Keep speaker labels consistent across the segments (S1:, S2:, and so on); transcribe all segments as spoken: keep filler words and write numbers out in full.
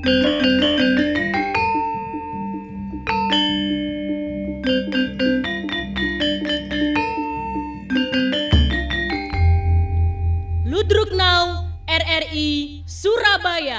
S1: Ludruk Now R R I Surabaya.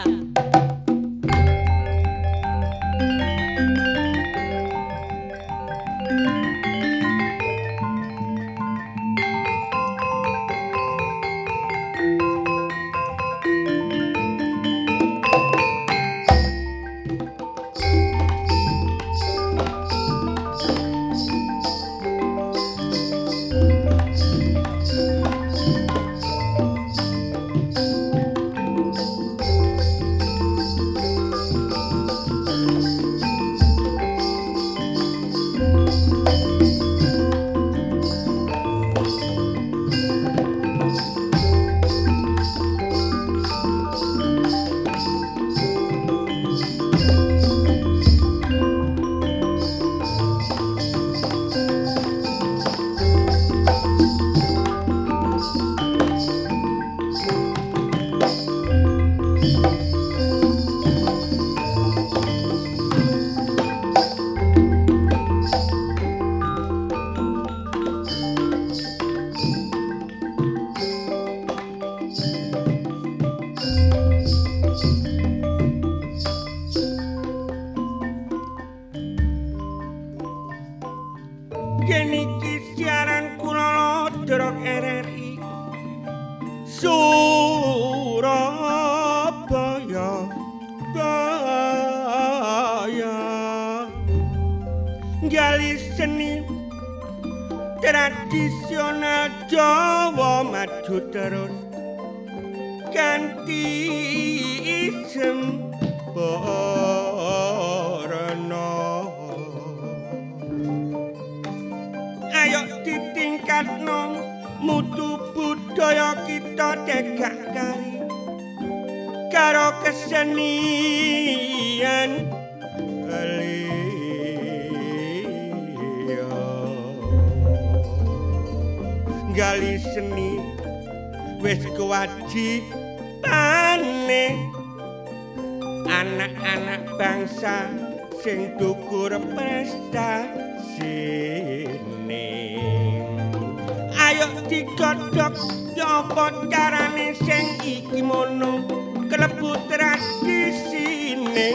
S2: Geniki siaran kula Drog R R I Surabaya Baya gali seni tradisional Jawa maju terus kanthi isem ayo ditingkatno mutu budaya kita tegak kari karo kesenian liya gali seni wis kewajibane anak-anak bangsa sing dukur prestasi ayo digodhog nyapa carane sing iki mono klebu tradisine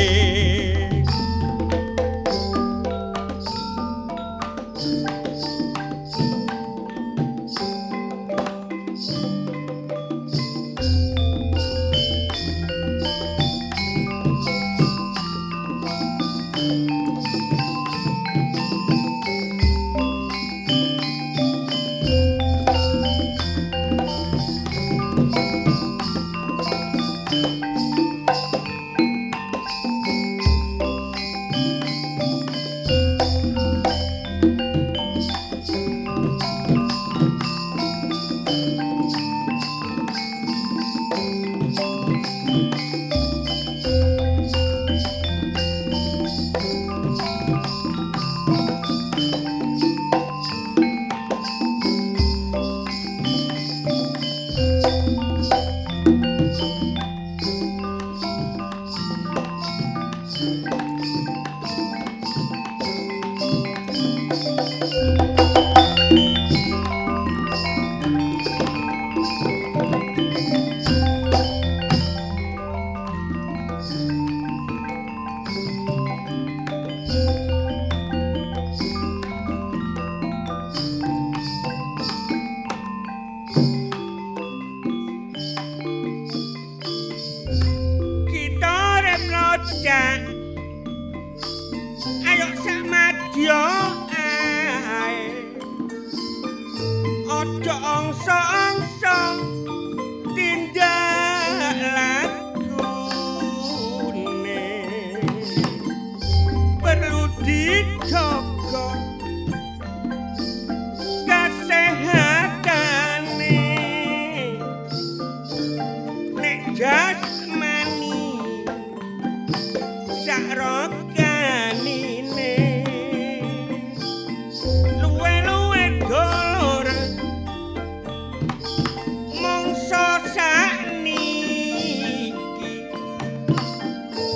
S2: ayo sak madya ae aja angsa-angsa tindak lakune perlu dijaga kasehatane nek jasmani saroganine luwe-luwe dolor mongso sakniki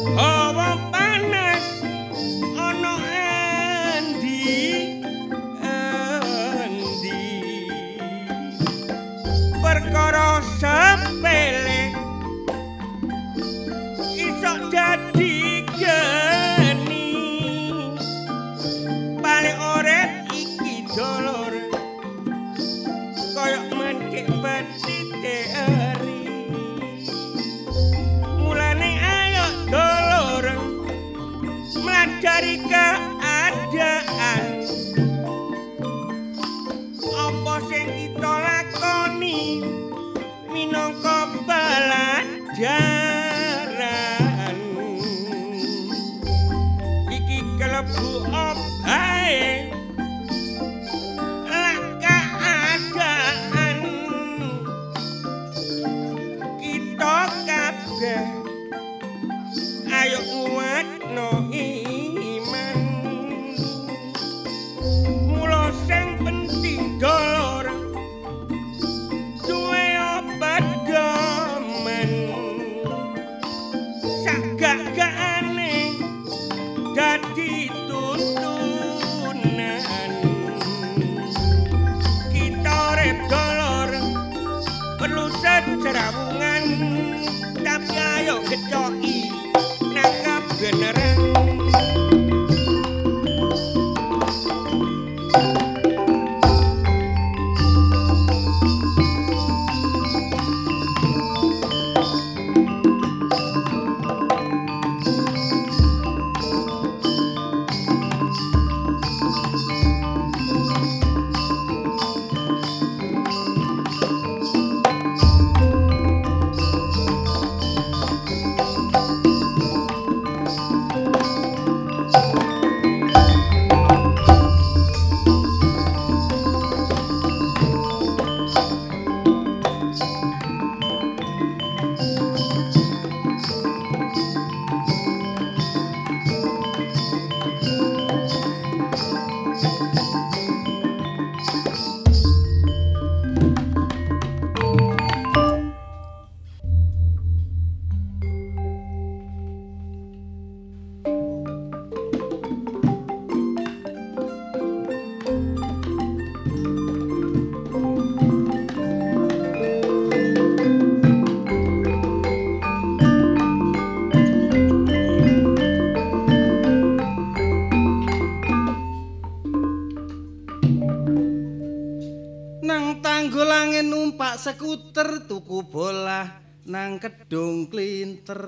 S3: skuter tuku bolah nang kedung klinter.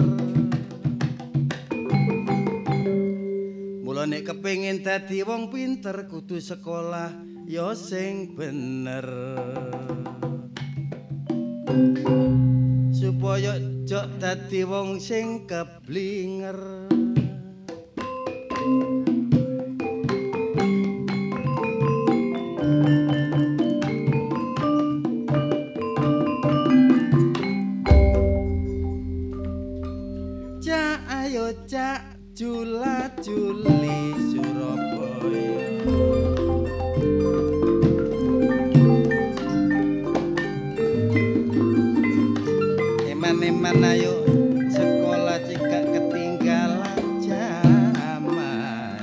S3: Mula nek kepengin dadi wong pinter kudu sekolah ya sing bener. Supaya jok dadi wong sing keblinger. Cak ayo cak jula juli Surabaya. Eman-eman ayo sekolah cekak ketinggalan zaman.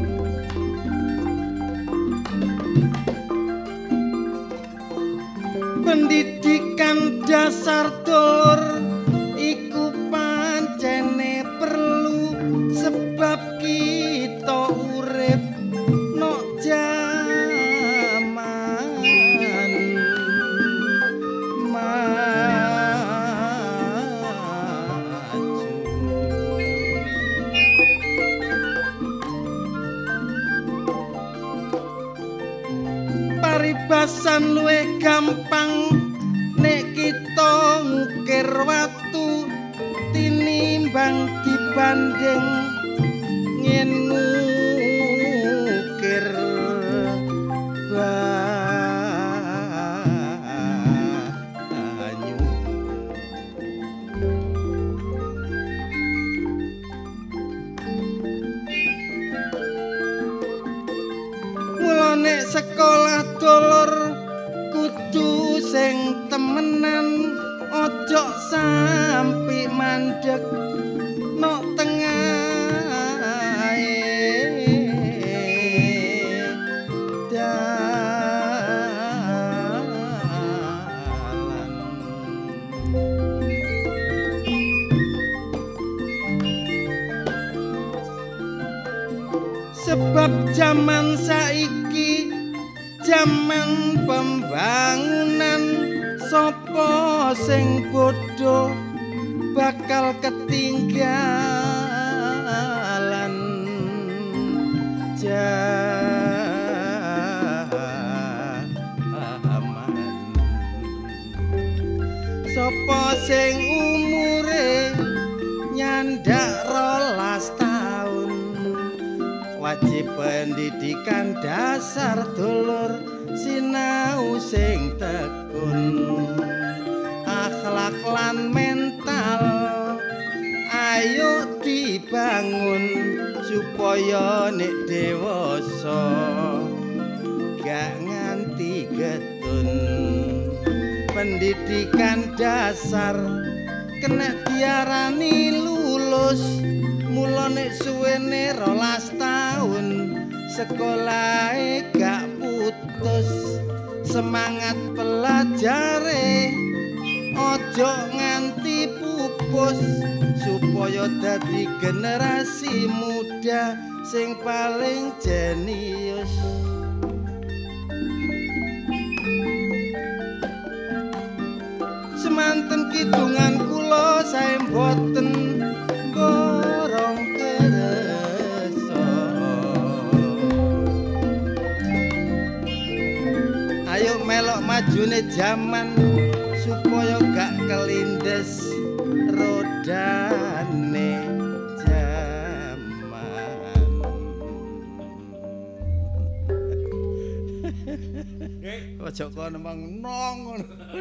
S3: Pendidikan dasar dulur iku pancene perlu sebab kita urip nok jaman maju. Paribasan luwih gampang nek kita ngukir watu tinimbang dibanding ngin ngukir banyu. Mula nek sekolah dulur kudu sing temenan, ojo sampai mandek nok tengahe dalan. Sebab zaman saiki zaman pembangunan, sopo sing bodoh bakal ketinggalan zaman. Sopo sing umure nyandak rolas tahun, wajib pendidikan dasar dulur sinau sing tekun. Akhlak lan mental ayo dibangun supaya nek dewasa gak nganti getun. Pendidikan dasar kena diarani lulus, mula nek suwene rolas tahun sekolahe gak putus. Semangat pelajare ojo nganti pupus supaya dadi generasi muda sing paling jenius. Semanten kidungan kula sae mboten borong kersa. Ayo melok majune jaman supaya gak kelindes rodane jaman. Ojo kono nang ngono.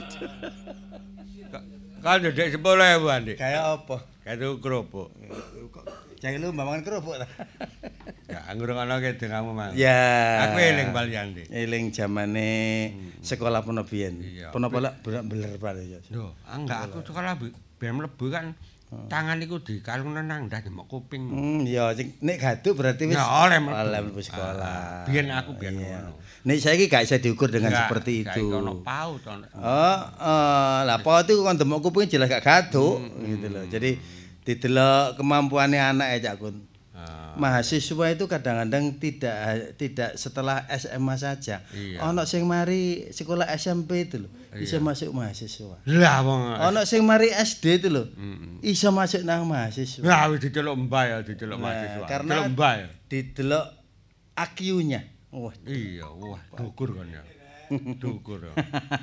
S2: Kan dedek sepuluh ribu Andi.
S3: Kayak apa?
S2: Kayak kerupuk.
S3: Jangan lu mangan kerupuk ta.
S2: Ya anggur ngono ki dengamu Mang.
S3: Ya.
S2: Aku eling bali Andi.
S3: Eling zamane sekolah pono biyen. Pono pola beler pare ya.
S2: Lho, enggak aku sekolah ben mlebu kan tangan iku dikalungno nang ndas mok kuping.
S3: Hmm, ya sing nek gaduk berarti wis
S2: ya oleh
S3: mlebu sekolah.
S2: Biyen aku biyen ngono.
S3: Nek saiki gak bisa diukur dengan
S2: Enggak,
S3: seperti itu.
S2: Kayak ono paut ono.
S3: Oh, oh, lah paut itu kon demok kuping jelas gak gaduk gitu loh. Jadi didelok kemampuane anak ya Cak Kun.
S2: Uh,
S3: mahasiswa itu kadang-kadang tidak tidak setelah S M A saja.
S2: Iya.
S3: Ono sing mari sekolah S M P itu loh,
S2: Iya.
S3: bisa masuk mahasiswa.
S2: Lah wong.
S3: Ono sing mari S D itu loh,
S2: Mm-mm.
S3: iso masuk nang mahasiswa.
S2: Lah wis diceluk mbah ya, diceluk
S3: Nah,
S2: mahasiswa.
S3: karena
S2: Diceluk mbah ya.
S3: didelok A Q-nya. Wah,
S2: Iya, wah, dukur kan ya. Dukur ya.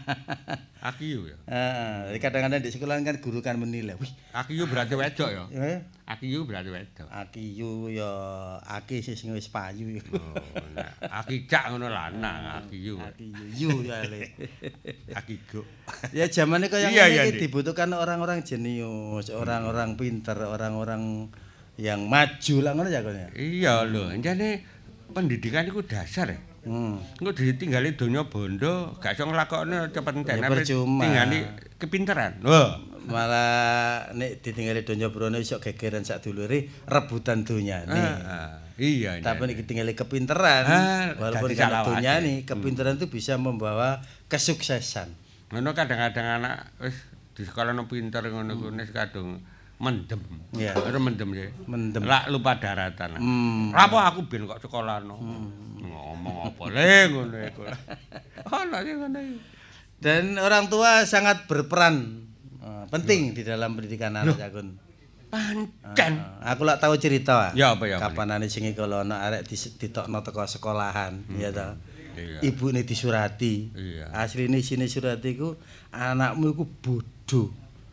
S2: Akiu ya.
S3: heeh, kadang-kadang di sekolah kan guru kan menilai, wih,
S2: Akiu berarti wedok ya.
S3: eh,
S2: Akiu berarti wedok.
S3: A Q ya aki sing wis payu.
S2: Oh, nah, akicak ngono lanang, akiu.
S3: A Q yu ya le.
S2: Akigo.
S3: Ya zamane kaya
S2: Iya,
S3: ngene
S2: iya,
S3: iki
S2: Dik.
S3: dibutuhkan orang-orang jenius, orang-orang pinter, orang-orang yang maju lah ngono ya kon ya.
S2: Iya lho, jane pendidikan iku dasar ya.
S3: Hmm.
S2: Engko ditinggali donya bondo, gak iso nglakokne cepet entek
S3: Ya, percuma.
S2: tinggali kepinteran. Wah,
S3: Malah nek ditinggali donya brono iso gegeran sak dulure rebutan donyane.
S2: ah, iya.
S3: Tapi nek ditinggali kepinteran,
S2: Ah,
S3: walaupun
S2: dadi
S3: kan
S2: salah
S3: donyane,
S2: wae.
S3: kepinteran itu bisa membawa kesuksesan.
S2: Ngono kadang-kadang anak wis di sekolah no pinter ngono ku nek kadung mendem.
S3: Iya.
S2: Ora mendem ya.
S3: Mendem.
S2: Lak lupa daratan.
S3: Hmm.
S2: Lah apa aku ben kok sekolahno. Ngomong apa le ngono iku. Ono sing ngono iki.
S3: Dan orang tua sangat berperan eh, penting di dalam pendidikan anak Jakun.
S2: Pancen.
S3: Ah, aku lak tahu cerita.
S2: Ya, apa, ya, apa?
S3: Kapanane sing kalau ana arek dis- ditokno teko sekolahan, ya ta.
S2: Iya.
S3: Ibune disurati.
S2: Iya.
S3: Asline isine surati iku anakmu iku bodoh.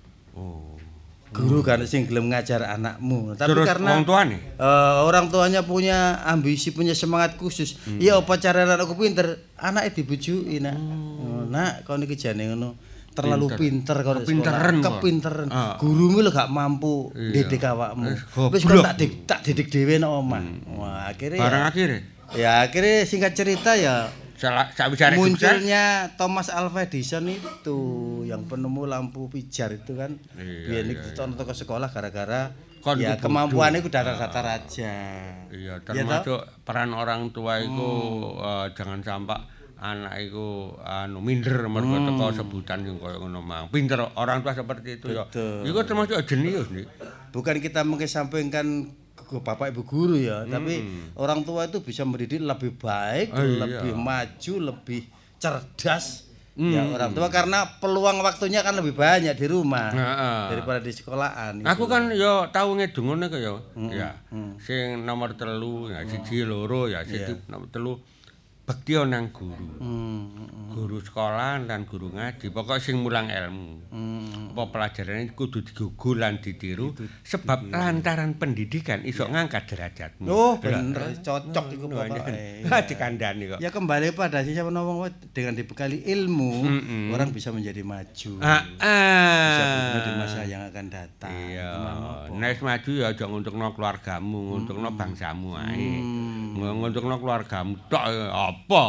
S2: Oh.
S3: Guru kan sing gelem ngajar anakmu. Tapi
S2: Terus
S3: karena
S2: wong tuane?
S3: eh, orang tuanya punya ambisi, punya semangat khusus.
S2: Hmm.
S3: Ya apa cara anakku pinter? Anake dibujuki, Nak. Oh, Nak, kau niki jane ngono. Terlalu pinter, kau
S2: Kepinteran kok.
S3: kepinteran.
S2: Ah.
S3: Gurumu lho gak mampu
S2: Iya.
S3: didik awakmu.
S2: Wis
S3: Wis
S2: goblok.
S3: kok tak dik, tak didik dhewe nang omah. Wah, akhirnya
S2: Barang
S3: ya,
S2: akhirnya
S3: ya akhirnya singkat cerita ya
S2: salah sakwise arek sukses.
S3: munculnya Thomas Alva Edison itu yang penemu lampu pijar itu kan.
S2: Iya,
S3: Biar
S2: iya,
S3: ini ditonton ke sekolah gara-gara
S2: Kon
S3: ya
S2: iku
S3: kemampuannya itu datar-datar aja.
S2: Iya,
S3: toh?
S2: termasuk peran orang tua iku eh, jangan sampai anak iku anu minder mergo teko sebutan sing koyo ngono mang. Pinter orang tua seperti itu ya.
S3: Betul.
S2: Iku termasuk jenius nih.
S3: Bukan kita mengesampingkan ke bapak ibu guru ya, tapi orang tua itu bisa mendidik lebih baik,
S2: Oh, iya.
S3: lebih maju, lebih cerdas. Ya orang tua karena peluang waktunya kan lebih banyak di rumah
S2: Heeh.
S3: daripada di sekolahan.
S2: Aku
S3: gitu.
S2: kan yo tau ngedung ngono ya. Ya. Sing nomor telu, ya siji loro ya siji nomor telu bekti nang guru.
S3: Hmm,
S2: Guru sekolah dan guru ngaji, pokok sing mulang ilmu.
S3: hmm.
S2: Apa pelajaran kudu digugu lan ditiru sebab lantaran pendidikan iso ngangkat derajatmu.
S3: Oh bener, cocok itu pokoknya.
S2: Ha dikandani kok.
S3: Ya kembali pada sih siapa ngomong dengan dibekali ilmu orang bisa menjadi maju.
S2: Ah,
S3: Bisa
S2: ah.
S3: berguna di masa yang akan datang.
S2: Iya,
S3: Gimana apa?
S2: nek maju ya aja nguntukno keluargamu, nguntukno bangsamu ae. Nguntukno keluargamu tok apa?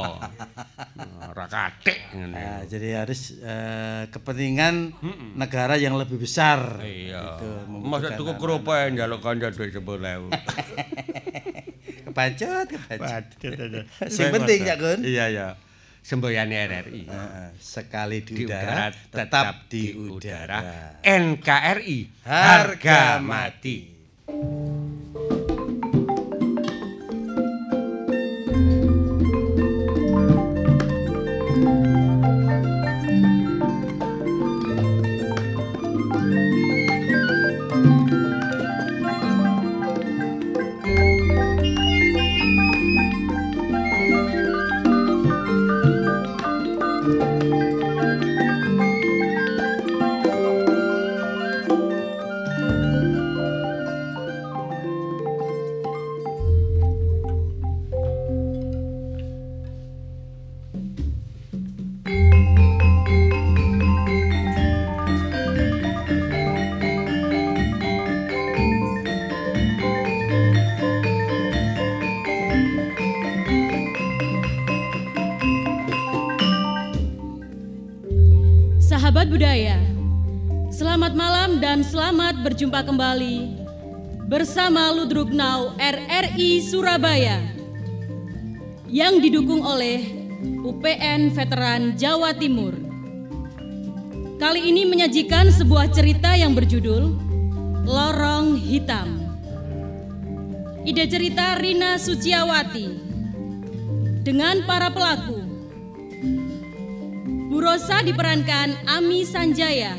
S2: Ora kathik ngene.
S3: Nah, jadi harus eh, kepentingan negara yang lebih besar.
S2: Iya.
S3: Gitu,
S2: Masa tuku kerupuk njaluk kanca dhuwit sepuluh ribu.
S3: Kepacut, kepacut. Sing penting ya, Gun.
S2: Iya, ya. Semboyane R R I.
S3: Heeh, sekali di,
S2: Di
S3: udara,
S2: udara
S3: tetap di udara.
S2: N K R I
S3: Harga mati.
S1: Sahabat budaya, selamat malam dan selamat berjumpa kembali bersama Ludruk Now R R I Surabaya yang didukung oleh U P N Veteran Jawa Timur. Kali ini menyajikan sebuah cerita yang berjudul Lorong Hitam. Ide cerita Rina Suciawati. Dengan para pelaku: Bu Rosa diperankan Ami Sanjaya,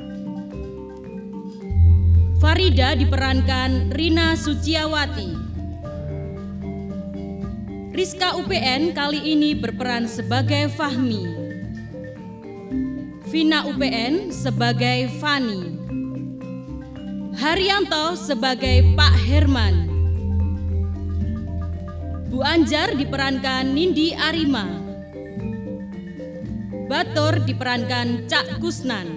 S1: Farida diperankan Rina Suciawati, Rizka U P N kali ini berperan sebagai Fahmi, Vina U P N sebagai Fani, Haryanto sebagai Pak Herman, Bu Anjar diperankan Nindi Arima, Batur diperankan Cak Kusnan,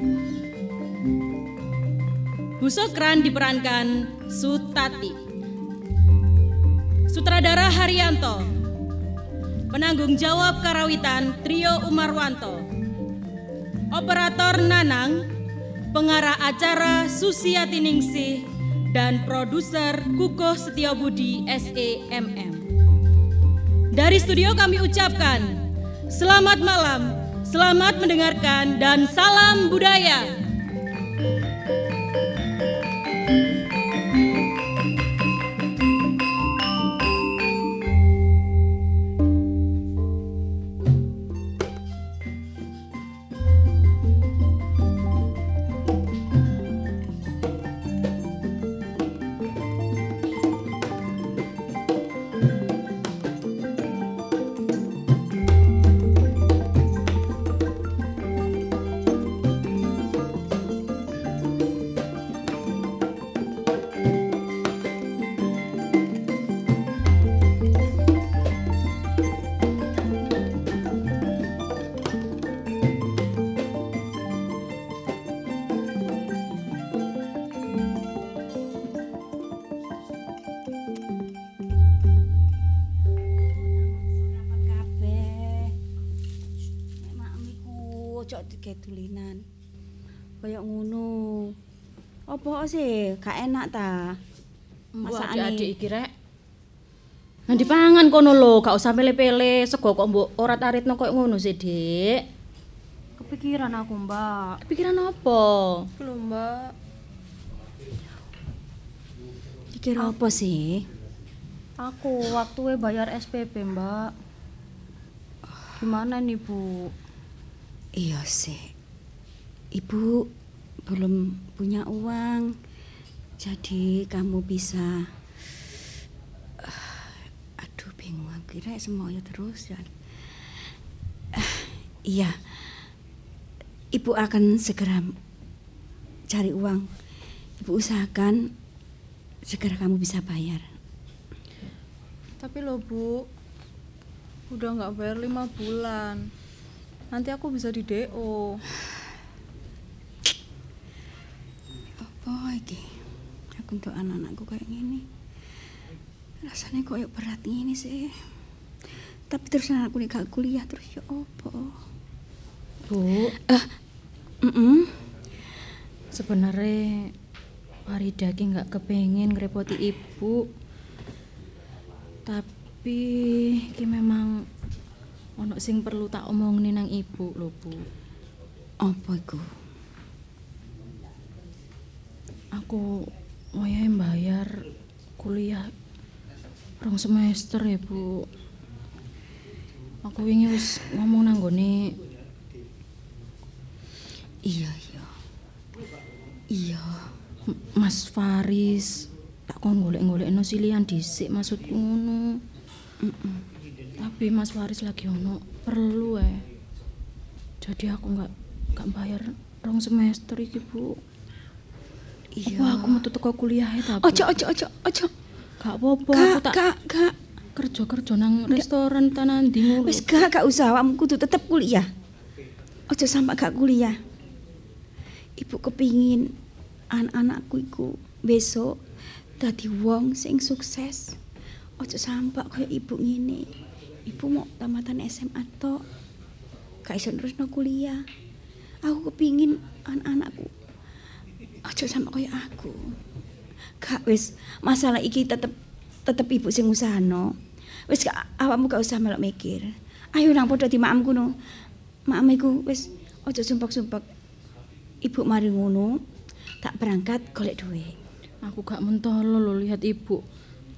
S1: Bu Sokran diperankan Sutati. Sutradara Haryanto. Penanggung jawab karawitan Trio Umarwanto. Operator Nanang, pengarah acara Susiati Ningsih, dan produser Kukuh Setiobudi S E M M. Dari studio kami ucapkan selamat malam, selamat mendengarkan, dan salam budaya.
S4: Ketulinan kayak ngono. Apa sih gak enak ta masakane
S1: adik iki rek. Nah dipangan kono lho, gak usah pele-pele, sego kok mbok ora taritno koyo ngono sih, Dik.
S4: Kepikiran aku, Mbak.
S1: Kepikiran apa?
S4: Lho, Mbak. Pikir apa sih? Aku waktu bayar S P P, Mbak. Gimana nih, Bu? Iya sih, Ibu belum punya uang, jadi kamu bisa, uh, aduh bingung, kira semuanya terus ya. Uh, iya, Ibu akan segera cari uang, Ibu usahakan segera kamu bisa bayar.
S5: Tapi loh Bu, udah nggak bayar lima bulan. Nanti aku bisa di D O.
S4: Apa iki? Aku untuk anak-anakku kayak gini. Rasanya kok berat gini sih. Tapi terus anakku nih gak kuliah terus ya apa?
S1: Bu,
S4: eh, mm -mm.
S1: Sebenarnya Farida ki nggak kepengen ngerepoti Ibu. Tapi ki memang ono sing perlu tak omongin nang Ibu lho, Bu.
S4: Apa iku?
S1: Aku wayahe bayar kuliah rong semester ya, Bu. Aku wingi wis ngomong nang gone.
S4: Iya, iya. Iya.
S1: Mas Faris, tak kon golek-golekno silian dhisik maksudku ngono.
S4: Heeh.
S1: Tapi Mas Faris lagi ono perlu eh. Jadi aku enggak enggak bayar rong semester iki, Bu.
S4: Iya.
S1: Apa aku metu teko kuliah ta, Bu?
S4: Ojo ojo ojo ojo.
S1: Gak apa-apa,
S4: Kak,
S1: aku tak
S4: kak, kak.
S1: kerja-kerja nang restoran tanah ndi ngono.
S4: Wis gak gak usah, awakmu kudu tetep kuliah. Ojo sampai gak kuliah. Ibu kepingin anak-anakku iku besok dadi wong sing sukses. Ojo sampai kaya ibu ngene. Ibu mau tamatan S M A tok. Gak iso nerusno kuliah. Aku kepingin anak-anakku ojo sampai kaya aku. Gak wis, masalah iki tetep tetep ibu sing usahano. Wis gak awakmu gak usah melok mikir. Ayo nang padha di makamku no. Makam iku wis ojo sumpek-sumpek. Ibu mari ngono, tak berangkat golek duit.
S1: Aku gak mentolo lho lihat Ibu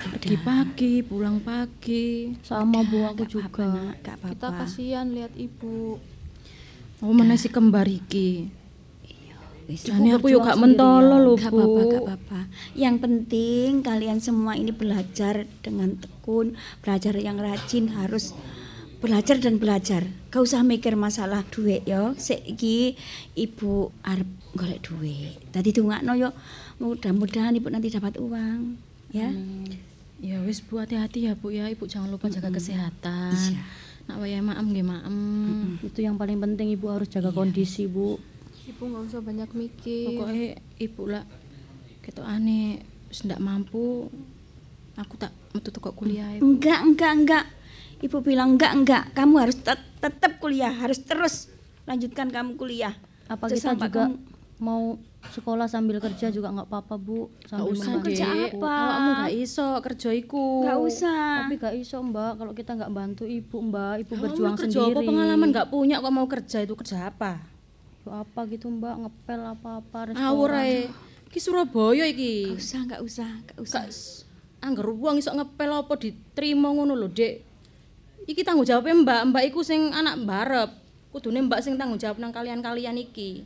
S1: Pergi pagi, pulang pagi.
S5: Sama Bu, aku
S4: Gak
S5: juga.
S4: apa-apa, Nak, gak apa-apa.
S5: Kita kasihan lihat ibu.
S1: Oh, mana si kembar iki?
S4: Wis,
S1: Jane aku yo gak mentolo lho,
S4: Gak
S1: Bu.
S4: apa-apa, gak apa-apa. Yang penting kalian semua ini belajar dengan tekun, belajar yang rajin, harus belajar dan belajar. Gak usah mikir masalah duit yo. Sik iki ibu arep golek duit. Tadi dongakno yo, mudah-mudahan ibu nanti dapat uang, ya.
S1: Ya wis Bu, hati-hati ya Bu ya. Ibu jangan lupa jaga kesehatan.
S4: Iya.
S1: Nak wayah maem nggih maem.
S5: Itu yang paling penting, Ibu harus jaga kondisi, Bu.
S6: Ibu nggak usah banyak mikir.
S1: Pokoknya ibu lah ketokane wis ndak mampu. Aku tak metu teko kuliah Ibu.
S4: Enggak, enggak, enggak. Ibu bilang enggak, enggak. Kamu harus tet- tetap kuliah, harus terus lanjutkan kamu kuliah.
S5: Apa
S4: Terus
S5: kita
S4: sampai
S5: juga
S4: kamu-
S5: mau sekolah sambil kerja juga nggak apa-apa, Bu?
S1: Gak
S5: Sambil
S1: usah
S5: membantu.
S4: kerja
S1: Dek.
S4: apa?
S1: Awakmu gak iso kerja iku.
S4: Enggak usah.
S5: Tapi gak iso, Mbak, kalau kita nggak bantu Ibu, Mbak. Ibu
S1: Awakmu
S5: berjuang
S1: kerja
S5: sendiri.
S1: apa pengalaman gak punya kok mau kerja itu kerja apa?
S5: Yo, apa gitu, Mbak, ngepel apa-apa
S1: Ngawur ae. Iki Surabaya iki.
S4: Enggak usah, enggak usah, enggak usah.
S1: Gak s- angger wong iso ngepel apa diterima ngono lho, Dik. Iki tanggung jawabnya Mbak, Mbak iku sing anak mbarep. Kudune Mbak sing tanggung jawab nang kalian-kalian iki.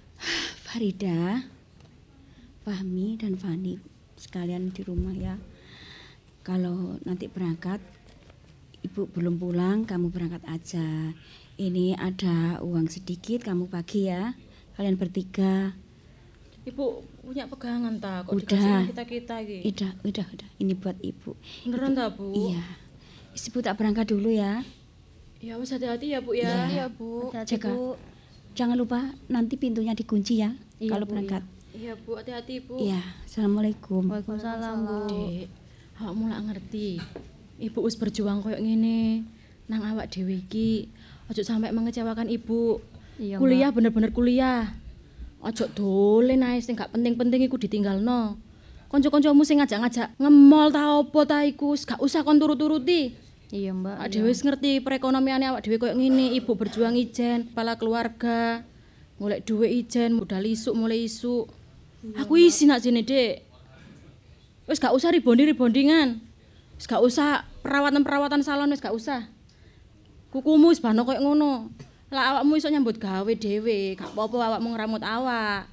S4: Farida, Fahmi dan Fani sekalian di rumah ya. Kalau nanti berangkat, ibu belum pulang, kamu berangkat aja. Ini ada uang sedikit, kamu bagi ya. Kalian bertiga.
S1: Ibu punya pegangan ta kok
S4: Udah.
S1: dikasih kita-kita iki.
S4: Udah, udah, udah. Ini buat ibu.
S1: Beneran ta, Bu?
S4: Iya. Ibu tak berangkat dulu ya.
S1: Ya wis hati-hati ya, Bu ya.
S6: Iya Bu.
S5: Hati-hati,
S4: Jaga.
S5: Bu.
S4: Jangan lupa nanti pintunya dikunci ya.
S5: Iya,
S4: kalau
S5: Bu,
S4: berangkat.
S1: Iya, Bu, hati-hati, Bu.
S4: Iya. Assalamualaikum.
S5: Waalaikumsalam, Bu.
S1: Dek, awakmu lak ngerti. Ibu wis berjuang koyo ngene nang awak dhewe iki. Ojo sampai mengecewakan Ibu.
S5: Iya,
S1: Kuliah bener-bener kuliah. Ojo dolen ae sing gak penting-penting iku ditinggalno. Kanca-kancamu sing ngajak-ngajak ngemol ta opo ta iku wis gak usah kon turut-turuti.
S5: Iya, Mbak.
S1: Awak dhewe wis ngerti perekonomiane awak dhewe koyo ngene, ibu berjuang ijen, kepala keluarga. Golek duit ijen, modal isuk mulai isuk. Aku isi nak sini, Dek. Wis gak usah ribondi-ribondingan. Wis gak usah perawatan-perawatan salon wis gak usah. Kukumu wis bano koyo ngono. Lah awakmu iso nyambut gawe dhewe, gak apa-apa awakmu ngramut awak.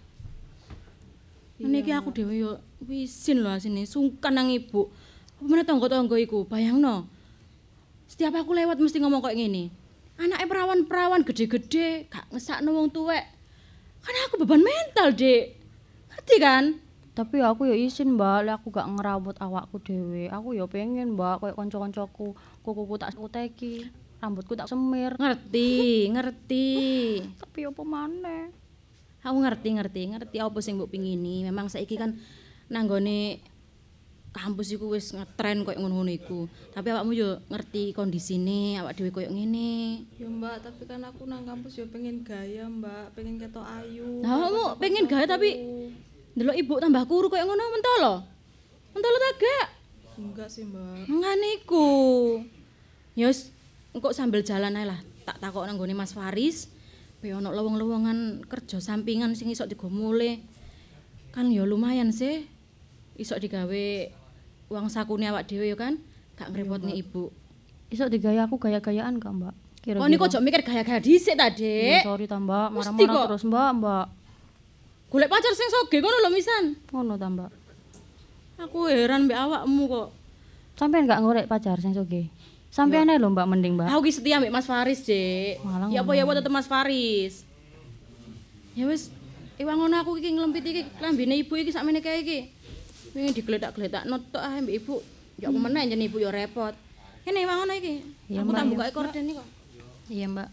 S1: Ngene iki aku dhewe yo wisin lho asine, sungkan nang ibu. Apa meneh tangga-tangga iku, bayangno. Setiap aku lewat mesti ngomong koyo ngene. Anake perawan-perawan gede-gede, gak ngesakno wong tuwek. Kan aku beban mental, Dek. Ngerti kan?
S5: Tapi aku ya izin, Mbak, lek aku gak ngerawat awakku dhewe. Aku ya pengen, Mbak, koyo kanca-kancaku, kukuku tak kuteki, rambutku tak semir.
S1: Ngerti, ngerti.
S5: Tapi apa maneh?
S1: Aku ngerti, ngerti, ngerti apa sing mbok pingini. Memang saiki kan nanggone kampus iku wis ngetren koyo ngono-ngono iku. Tapi awakmu yo ngerti kondisine, awak dhewe koyo ngene.
S6: Ya Mbak, tapi kan aku nang kampus ya pengen gaya Mbak, pengen ketok ayu.
S1: Nah, awakmu pengen gaya tapi ndelok ibu tambah kuru koyo ngono mentolo. Mentolo ta gak?
S6: Enggak sih Mbak.
S1: Ngene iku. Ya wis engko sambil jalan ae lah. Tak takok nang gone Mas Faris. Be ono lowong-lowongan kerja sampingan sing iso digo mule. Kan ya lumayan sih. Iso digawe uang sakune awak dhewe ya kan. Gak ngrepotne ibu.
S5: Iso digaya aku gaya-gayaan gak, Mbak?
S1: Kok niku ojo mikir gaya-gaya dhisik ta,
S5: Ya,
S1: Dek.
S5: sorry ta, Mbak,
S1: Mesti
S5: marah-marah
S1: kok.
S5: terus, Mbak, Mbak.
S1: Golek pacar sing soge ngono lho misan.
S5: Ngono ta, Mbak.
S1: Aku heran mbek awakmu kok.
S5: Sampeyan gak ngorek pacar sing soge. Sampeyan ae lho, Mbak, mending, Mbak.
S1: Aku ki setia mbek Mas Faris, Dek.
S5: Malah
S1: Ya apa ya apa tetep Mas Faris. Ya wis, iwang ngono aku iki nglempit iki klambine ibu iki sakmene kae iki. Wingi digletak-gletakno tok ae mbek ibu. Ya apa meneh jen ibu ya repot. Kene iwang ngono iki.
S5: Iya,
S1: Aku
S5: Mbak,
S1: tak
S5: iya.
S1: buka korden iki kok.
S5: Iya, Mbak.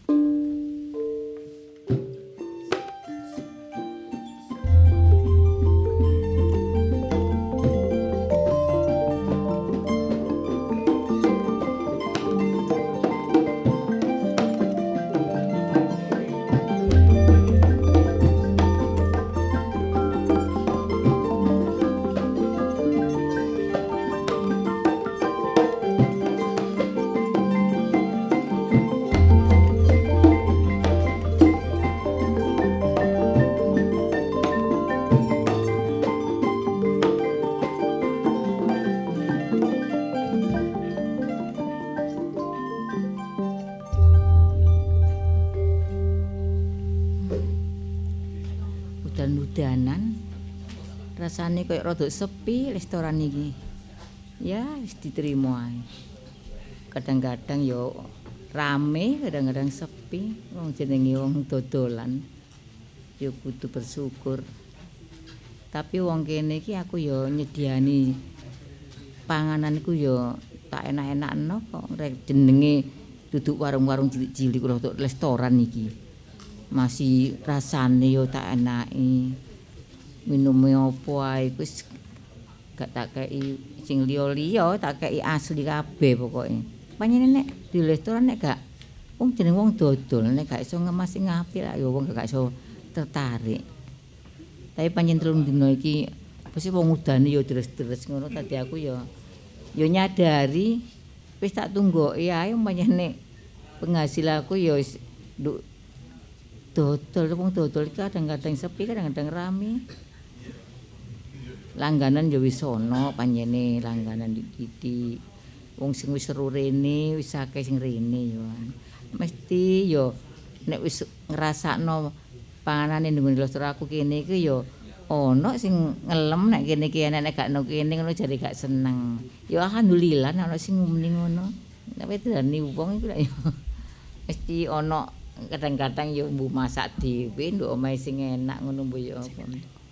S7: rasane koyo rada sepi restoran iki. Ya wis diterima ae. Kadang-kadang yo rame, kadang-kadang sepi. Wong jenenge wong dodolan. Yo kudu bersyukur. Tapi wong kene iki aku yo nyediani pangananku yo tak enak-enakno kok rek jenenge duduk warung-warung cilik-cilik rada restoran iki. Masih rasane yo tak enaki. Minume opo ae wis gak tak kei sing liya-liya, tak kei asli kabeh pokoke. Panjenengan nek di restoran nek gak wong jeneng wong dodol nek gak iso ngemas sing apik lak ya wong gak iso tertarik. Tapi panjenengan telung dina iki pasti wong udane ya deres-deres ngono tadi aku ya ya nyadari wis tak tunggoki ae panjenengan penghasilanku ya wis nduk dodol wong dodol iki kadang-kadang sepi kadang-kadang rame. Langganan ya wis ana panjene langganan iki. Wong sing wis seru rene wis akeh sing rene ya. Mesti ya nek wis ngrasakno panganane nunggu restoran aku kene iki ya ana sing ngelem nek kene iki enek gak ono kene ngono jare gak seneng. Ya alhamdulillah ana sing muni ngono. Tapi dani wong iku ya mesti ana kadang-kadang ya mbu masak dhewe nduk omahe sing enak ngono mbu ya apa.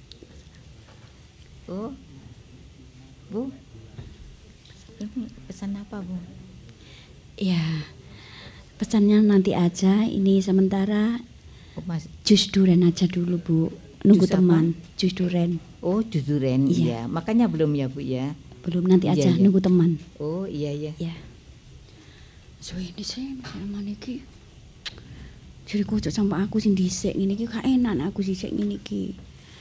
S7: Bu, Bu, ini pesan apa Bu?
S4: Ya, pesannya nanti aja. Ini sementara
S7: Oh, Mas.
S4: Jus duren aja dulu Bu. Nunggu
S7: Jus
S4: teman. Jus duren.
S7: Oh, jus duren.
S4: Iya.
S7: Iya. Makanya belum ya Bu ya?
S4: Belum nanti
S7: Iya,
S4: aja
S7: iya.
S4: nunggu teman.
S7: Oh iya iya.
S4: Ya. So ini sih sama iki. Jadi kocok sama aku sing dhisik ngene iki gak enak nek aku sisik ngene iki.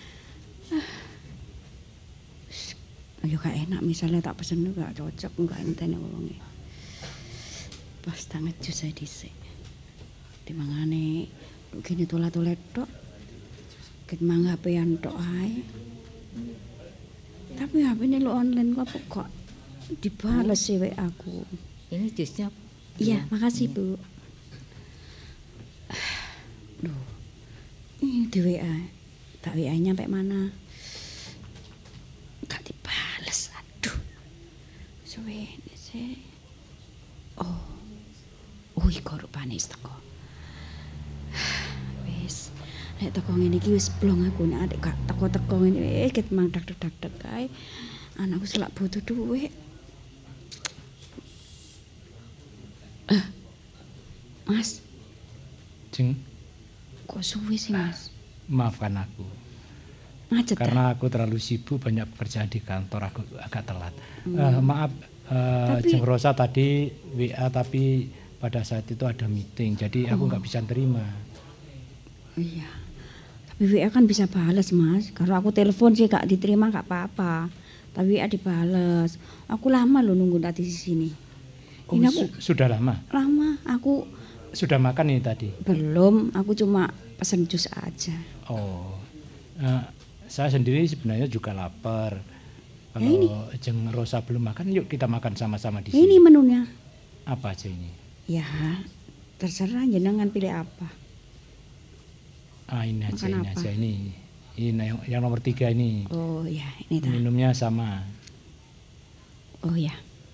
S4: Ayo gak enak misalnya tak pesen gak cocok enggak entene wonge. Pas tak ngejus ae dhisik. Dimangane kene tolat-tolet tok. Ket mangga H P-an tok ae. Tapi H P-ne lo online kok kok dibales sih W aku.
S7: Ini jusnya.
S4: Iya, makasih Bu. Duh. Ini di W A. Tak W A-nya sampai mana? Gak dibales. Aduh. Suwe ini sih. Oh. Oh, iku rupane wis teko. Wis. Nek teko ngene iki wis blong aku nek adek gak teko-teko ngene eh ket mang dak-dak kae. Anakku selak butuh duit. Eh. Mas,
S8: Jeng,
S4: kok suwe sih Mas?
S8: maafkan aku.
S4: Macet
S8: Karena aku terlalu sibuk banyak pekerjaan di kantor, aku agak telat. Eh, maaf, eh,
S4: Tapi-
S8: Jeng Rosa tadi W A tapi pada saat itu ada meeting, jadi aku nggak bisa terima.
S4: Iya. Tapi W A kan bisa balas Mas. Kalau aku telepon sih gak diterima gak apa-apa. Tapi W A dibales. Aku lama loh nunggu tadi di sini.
S8: Oh,
S4: Ini aku
S8: su- sudah lama?
S4: lama. Aku
S8: Sudah makan ini tadi?
S4: belum. Aku cuma pesen jus aja.
S8: Oh, eh, saya sendiri sebenarnya juga lapar. Kalau
S4: ini.
S8: Jeng Rosa belum makan, yuk kita makan sama-sama di
S4: Ini
S8: sini.
S4: menunya.
S8: Apa aja ini?
S4: Ya, terserah jenengan pilih apa.
S8: Ah, ini aja,
S4: Makan
S8: ini
S4: apa?
S8: aja ini. Ini yang, yang nomor tiga ini.
S4: Oh ya, ini dah.
S8: Minumnya sama.
S4: Oh ya.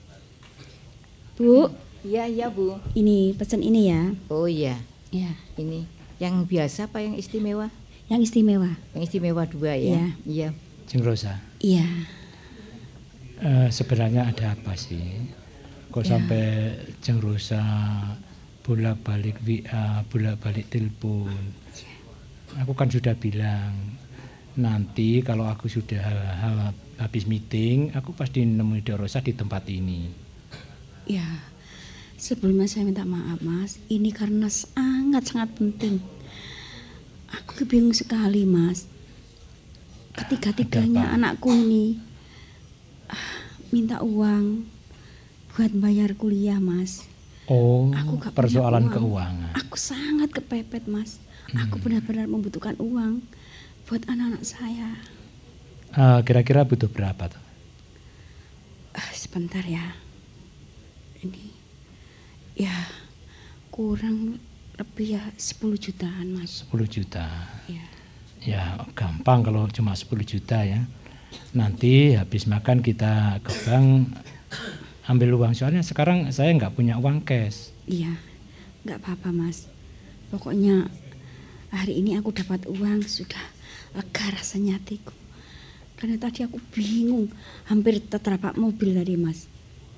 S4: Bu,
S7: Iya iya Bu.
S4: ini pesen ini ya.
S7: Oh iya.
S4: Ya,
S7: Ini yang biasa apa yang istimewa?
S4: yang istimewa.
S7: Yang istimewa dua ya.
S4: Iya.
S7: Iya.
S8: Jeng Rosa,
S4: Iya.
S8: eh, sebenarnya ada apa sih? Kok
S4: Ya.
S8: sampai Jeng Rosa bolak-balik W A, bolak-balik telepon? Aku kan sudah bilang, nanti kalau aku sudah ha- habis meeting, aku pasti nemuin Dek Rosa di tempat ini.
S4: Ya, sebelumnya saya minta maaf Mas. Ini karena sangat-sangat penting. Aku bingung sekali Mas. Ketiga-tiganya
S8: Ada apa?
S4: anakku ini ah, minta uang buat bayar kuliah Mas.
S8: Oh,
S4: Aku gak punya
S8: persoalan
S4: uang.
S8: keuangan.
S4: Aku sangat kepepet Mas. Aku benar-benar membutuhkan uang buat anak-anak saya.
S8: Eh, kira-kira butuh berapa tuh?
S4: Ah, sebentar ya. Ini ya kurang lebih ya sepuluh jutaan Mas.
S8: sepuluh juta.
S4: Ya.
S8: Ya gampang kalau cuma sepuluh juta ya. Nanti habis makan kita ke bank ambil uang. Soalnya sekarang saya nggak punya uang cash.
S4: Iya, nggak apa-apa Mas. Pokoknya hari ini aku dapat uang, sudah lega rasanya hatiku. Karena tadi aku bingung, hampir tertabrak mobil tadi Mas.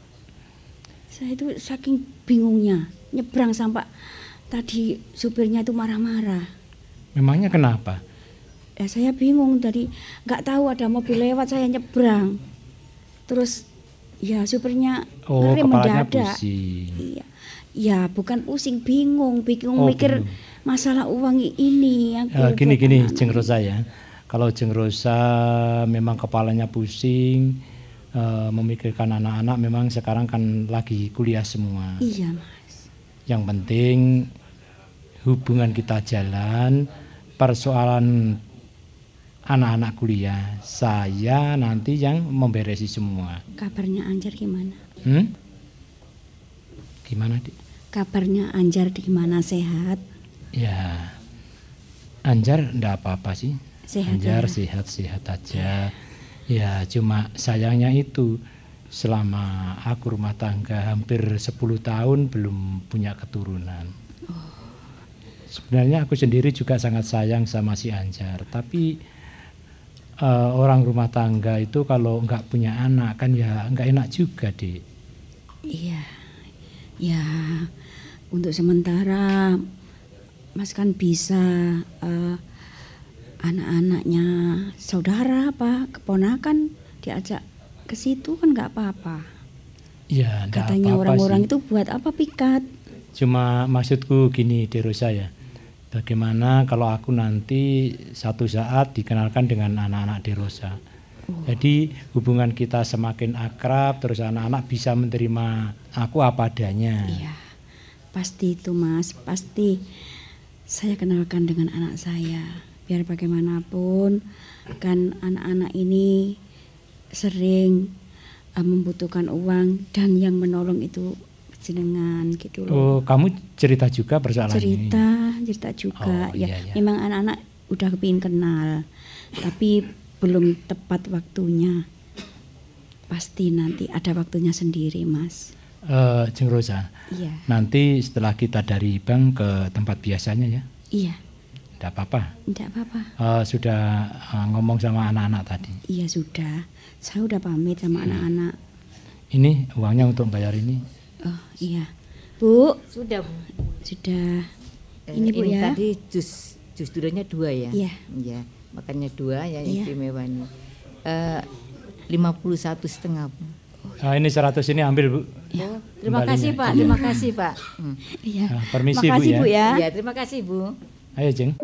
S4: Saya itu saking bingungnya, nyebrang sampai tadi supirnya itu marah-marah.
S8: Memangnya kenapa?
S4: Ya saya bingung tadi, nggak tahu ada mobil lewat, saya nyebrang. Terus ya supirnya
S8: Oh,
S4: rem
S8: kepalanya
S4: mendadak.
S8: pusing.
S4: Iya. Ya bukan pusing, bingung, bingung
S8: Oh,
S4: mikir
S8: bingung.
S4: masalah uang ini. Yang
S8: Eh, gini
S4: buat
S8: gini
S4: anak-anak.
S8: Jeng Rosa ya. Kalau Jeng Rosa memang kepalanya pusing, eh, memikirkan anak-anak, memang sekarang kan lagi kuliah semua.
S4: Iya Mas.
S8: Yang penting hubungan kita jalan, persoalan anak-anak kuliah, saya nanti yang memberesi semua.
S4: Kabarnya Anjar gimana?
S8: Hmm? Gimana, Dik?
S4: Kabarnya Anjar di mana, sehat?
S8: Ya, Anjar enggak apa-apa sih.
S4: Sehat
S8: Anjar
S4: ya?
S8: sehat-sehat aja. Ya, cuma sayangnya itu selama aku rumah tangga hampir sepuluh tahun belum punya keturunan. Sebenarnya aku sendiri juga sangat sayang sama si Anjar, tapi Uh, orang rumah tangga itu kalau nggak punya anak kan ya nggak enak juga, Dik.
S4: Iya. Ya, untuk sementara Mas kan bisa uh, anak-anaknya saudara apa keponakan diajak ke situ kan nggak apa-apa.
S8: Ya, nggak
S4: Katanya
S8: apa-apa
S4: orang-orang
S8: sih.
S4: itu buat apa pikat?
S8: Cuma maksudku gini, Derosa ya. Bagaimana kalau aku nanti satu saat dikenalkan dengan anak-anak Derosa.
S4: Oh.
S8: Jadi hubungan kita semakin akrab, terus anak-anak bisa menerima aku apa adanya.
S4: Iya, pasti itu Mas, pasti saya kenalkan dengan anak saya. Biar bagaimanapun kan anak-anak ini sering uh, membutuhkan uang dan yang menolong itu jenengan gitu loh.
S8: Oh, kamu cerita juga persoalan ini?
S4: Cerita, cerita juga.
S8: Oh,
S4: ya,
S8: iya, iya.
S4: memang anak-anak udah kepingin kenal, tapi belum tepat waktunya. Pasti nanti ada waktunya sendiri, Mas.
S8: Uh, Jeng Rosa,
S4: Iya.
S8: nanti setelah kita dari bank ke tempat biasanya ya?
S4: Iya,
S8: Tidak apa-apa.
S4: enggak apa-apa.
S8: Uh, sudah uh, ngomong sama anak-anak tadi.
S4: Iya sudah, saya udah pamit sama anak-anak.
S8: Ini uangnya untuk bayar ini.
S4: Oh iya, Bu,
S7: Sudah, Bu.
S4: sudah.
S7: Eh,
S4: Ini Bu ya.
S7: Tadi jus jus duriannya dua ya?
S4: Iya.
S7: Iya, makanya dua ya
S4: Iya.
S7: istimewanya. Eh, lima puluh satu setengah, Bu.
S8: Ah, ini seratus ini ambil, Bu.
S7: Oh, terima
S8: Kembalinya.
S7: kasih Pak, terima kasih Pak. Hmm.
S4: Iya.
S8: Ah, permisi, Bu,
S4: Makasih
S8: ya.
S4: Bu ya.
S7: Iya, terima kasih Bu.
S8: Ayo, Jeng.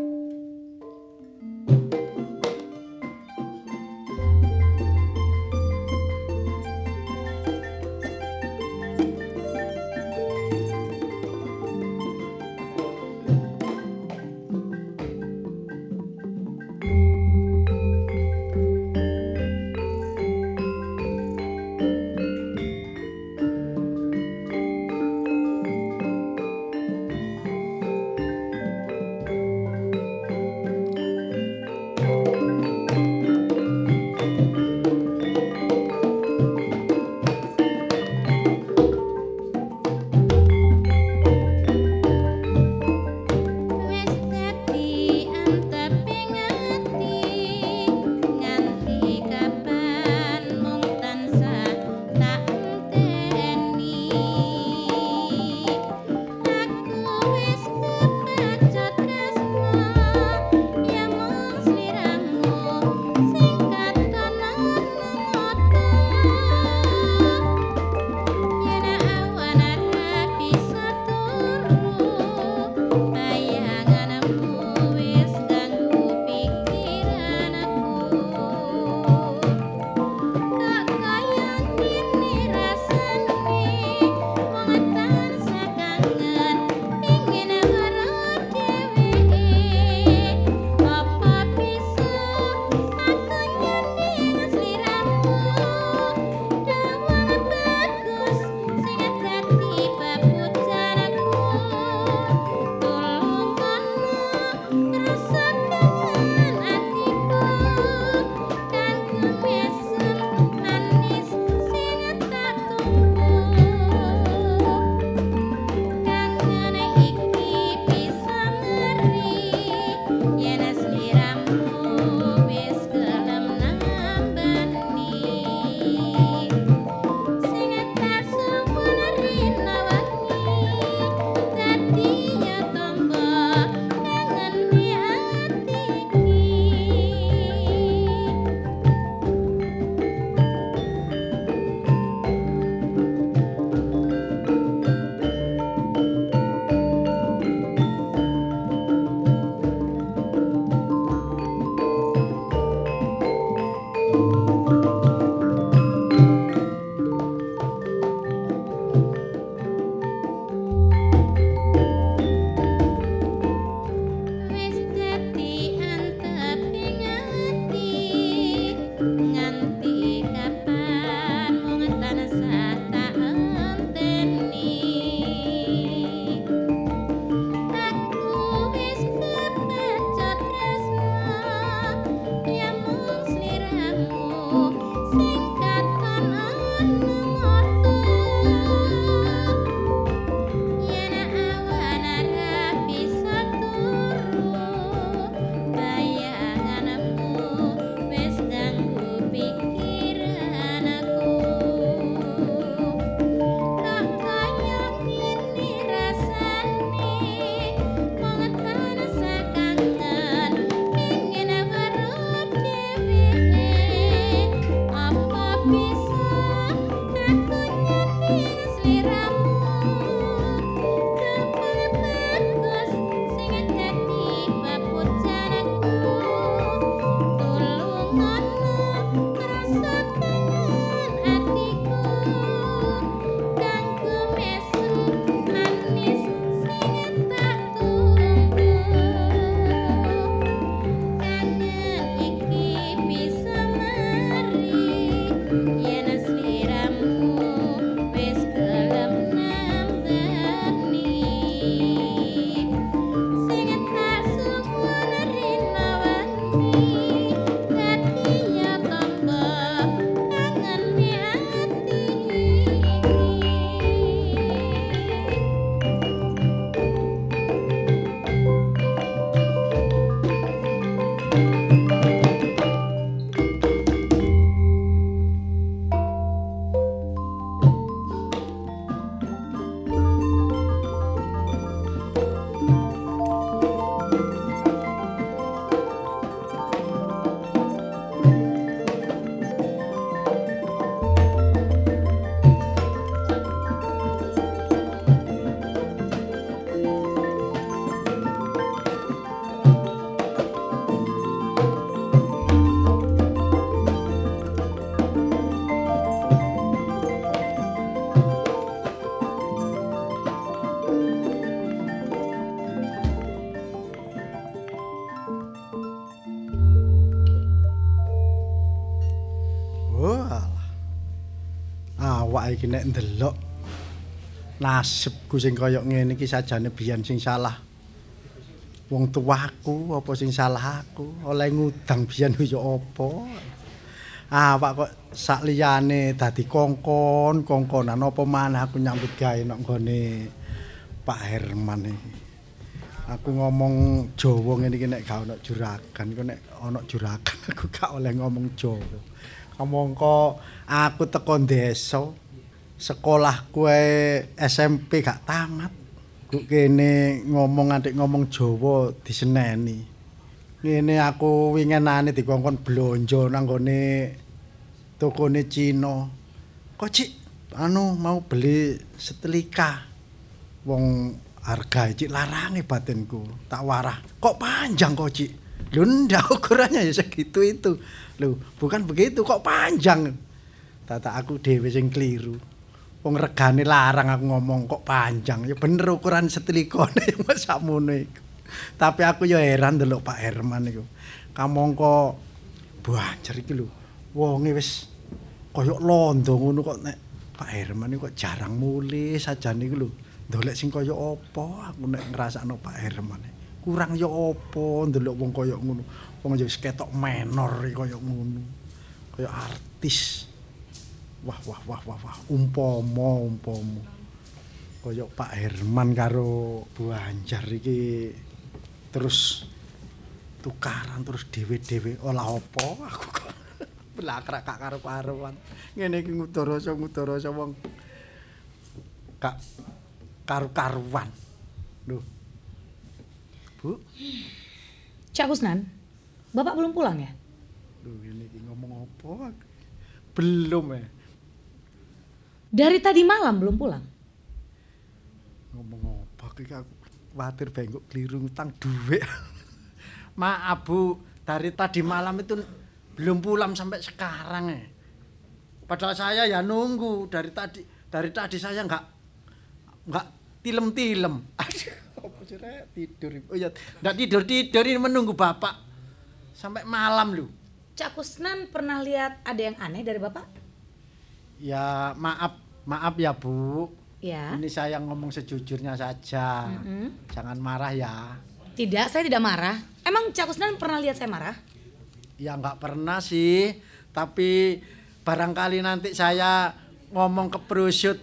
S3: awake iki nek ndelok nasibku sing kaya ngene iki sajane biyen sing salah wong tuaku apa sing salah aku oleh ngudang biyen ya apa awak kok sak liyane dadi kongkon kongkonan apa maneh aku nyambut gawe nek nggone Pak Herman iki aku ngomong Jawa ngene iki nek gak ono juragan iku nek ono juragan aku gak oleh ngomong Jawa kamangka aku teko desa sekolahku S M P gak tamat kok kene ngomong antik ngomong Jawa diseneni ngene aku wingenane dikongkon blonjo nang gone tokone Cina kok Cik anu mau beli setelika wong harga Cik larange batinku tak warah kok panjang kok Cik lho ndak ukurannya ya segitu itu lho bukan begitu kok panjang tata aku dhewe sing kliru wong regane larang aku ngomong kok panjang ya bener ukuran setelikone mas sakmono iku tapi aku ya heran ndelok Pak Herman iku kamangka banjir iki lho wonge wis koyok londo ngono kok nek Pak Herman iku kok jarang mulih sajane iku lho ndolek sing kaya apa aku nek ngrasakno Pak Herman kurang ya apa ndelok wong kaya ngono wong ya wis ketok menor kaya ngono kaya artis wah wah wah wah wah umpama umpama kaya Pak Herman karo Bu Anjar iki terus tukaran terus dhewe-dhewe olah apa aku kok belakrak gak karo-karuan ngene iki ngudarasa ngudarasa wong gak karu-karuan lho Bu
S9: Cak Kusnan Bapak belum pulang ya?
S3: Lho ini ngomong apa belum ya
S9: dari tadi malam belum pulang.
S3: Ngomong apa iki aku kuwatir bengkok keliru ngutang duit. Maaf Bu, dari tadi malam itu belum pulang sampai sekarang ya. Padahal saya ya nunggu dari tadi dari tadi saya enggak enggak tilem-tilem. Aduh, apa sih tidur. Oh ya, enggak tidur-tidur ini menunggu Bapak sampai malam lu.
S9: Cak Kusnan pernah lihat ada yang aneh dari Bapak?
S3: Ya, maaf Maaf ya Bu,
S9: ya.
S3: Ini saya ngomong sejujurnya saja,
S9: mm-hmm.
S3: Jangan marah ya.
S9: Tidak, saya tidak marah. Emang Cak Kusnan pernah lihat saya marah?
S3: Ya nggak pernah sih, tapi barangkali nanti saya ngomong ke prosut.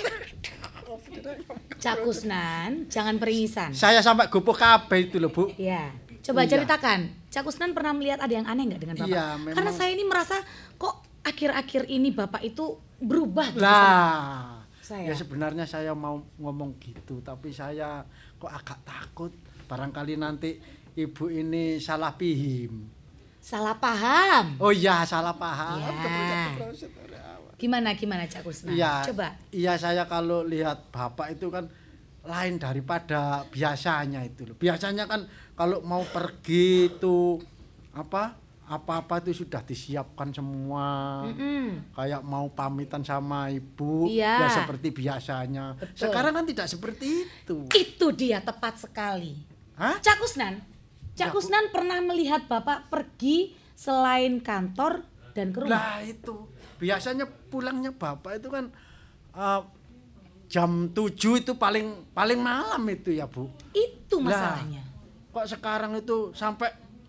S9: Cak Kusnan, jangan peringisan.
S3: Saya sampai gopoh kabeh itu loh Bu.
S9: Iya, coba
S3: iya.
S9: Ceritakan, Cak Kusnan pernah melihat ada yang aneh nggak dengan Bapak?
S3: Iya, memang...
S9: Karena saya ini merasa kok akhir-akhir ini Bapak itu berubah gitu
S3: lah
S9: saya.
S3: Ya sebenarnya saya mau ngomong gitu tapi saya kok agak takut barangkali nanti ibu ini salah paham
S9: salah paham
S3: oh iya salah paham
S9: ya. Gimana gimana Cak Kusnan?
S3: Iya,
S9: Coba.
S3: Iya, saya kalau lihat Bapak itu kan lain daripada biasanya itu loh. Biasanya kan kalau mau pergi itu apa? Apa-apa itu sudah disiapkan semua.
S9: Mm-mm.
S3: Kayak mau pamitan sama ibu,
S9: Iya.
S3: ya seperti biasanya.
S9: Betul.
S3: Sekarang kan tidak seperti itu.
S9: Itu dia tepat sekali.
S3: Hah?
S9: Cak Kusnan, Cak
S3: Ya, Bu.
S9: Kusnan pernah melihat Bapak pergi selain kantor dan ke rumah?
S3: Lah itu, biasanya pulangnya Bapak itu kan uh, jam tujuh itu paling paling malam itu ya, Bu.
S9: Itu
S3: Lah,
S9: masalahnya.
S3: kok sekarang itu sampai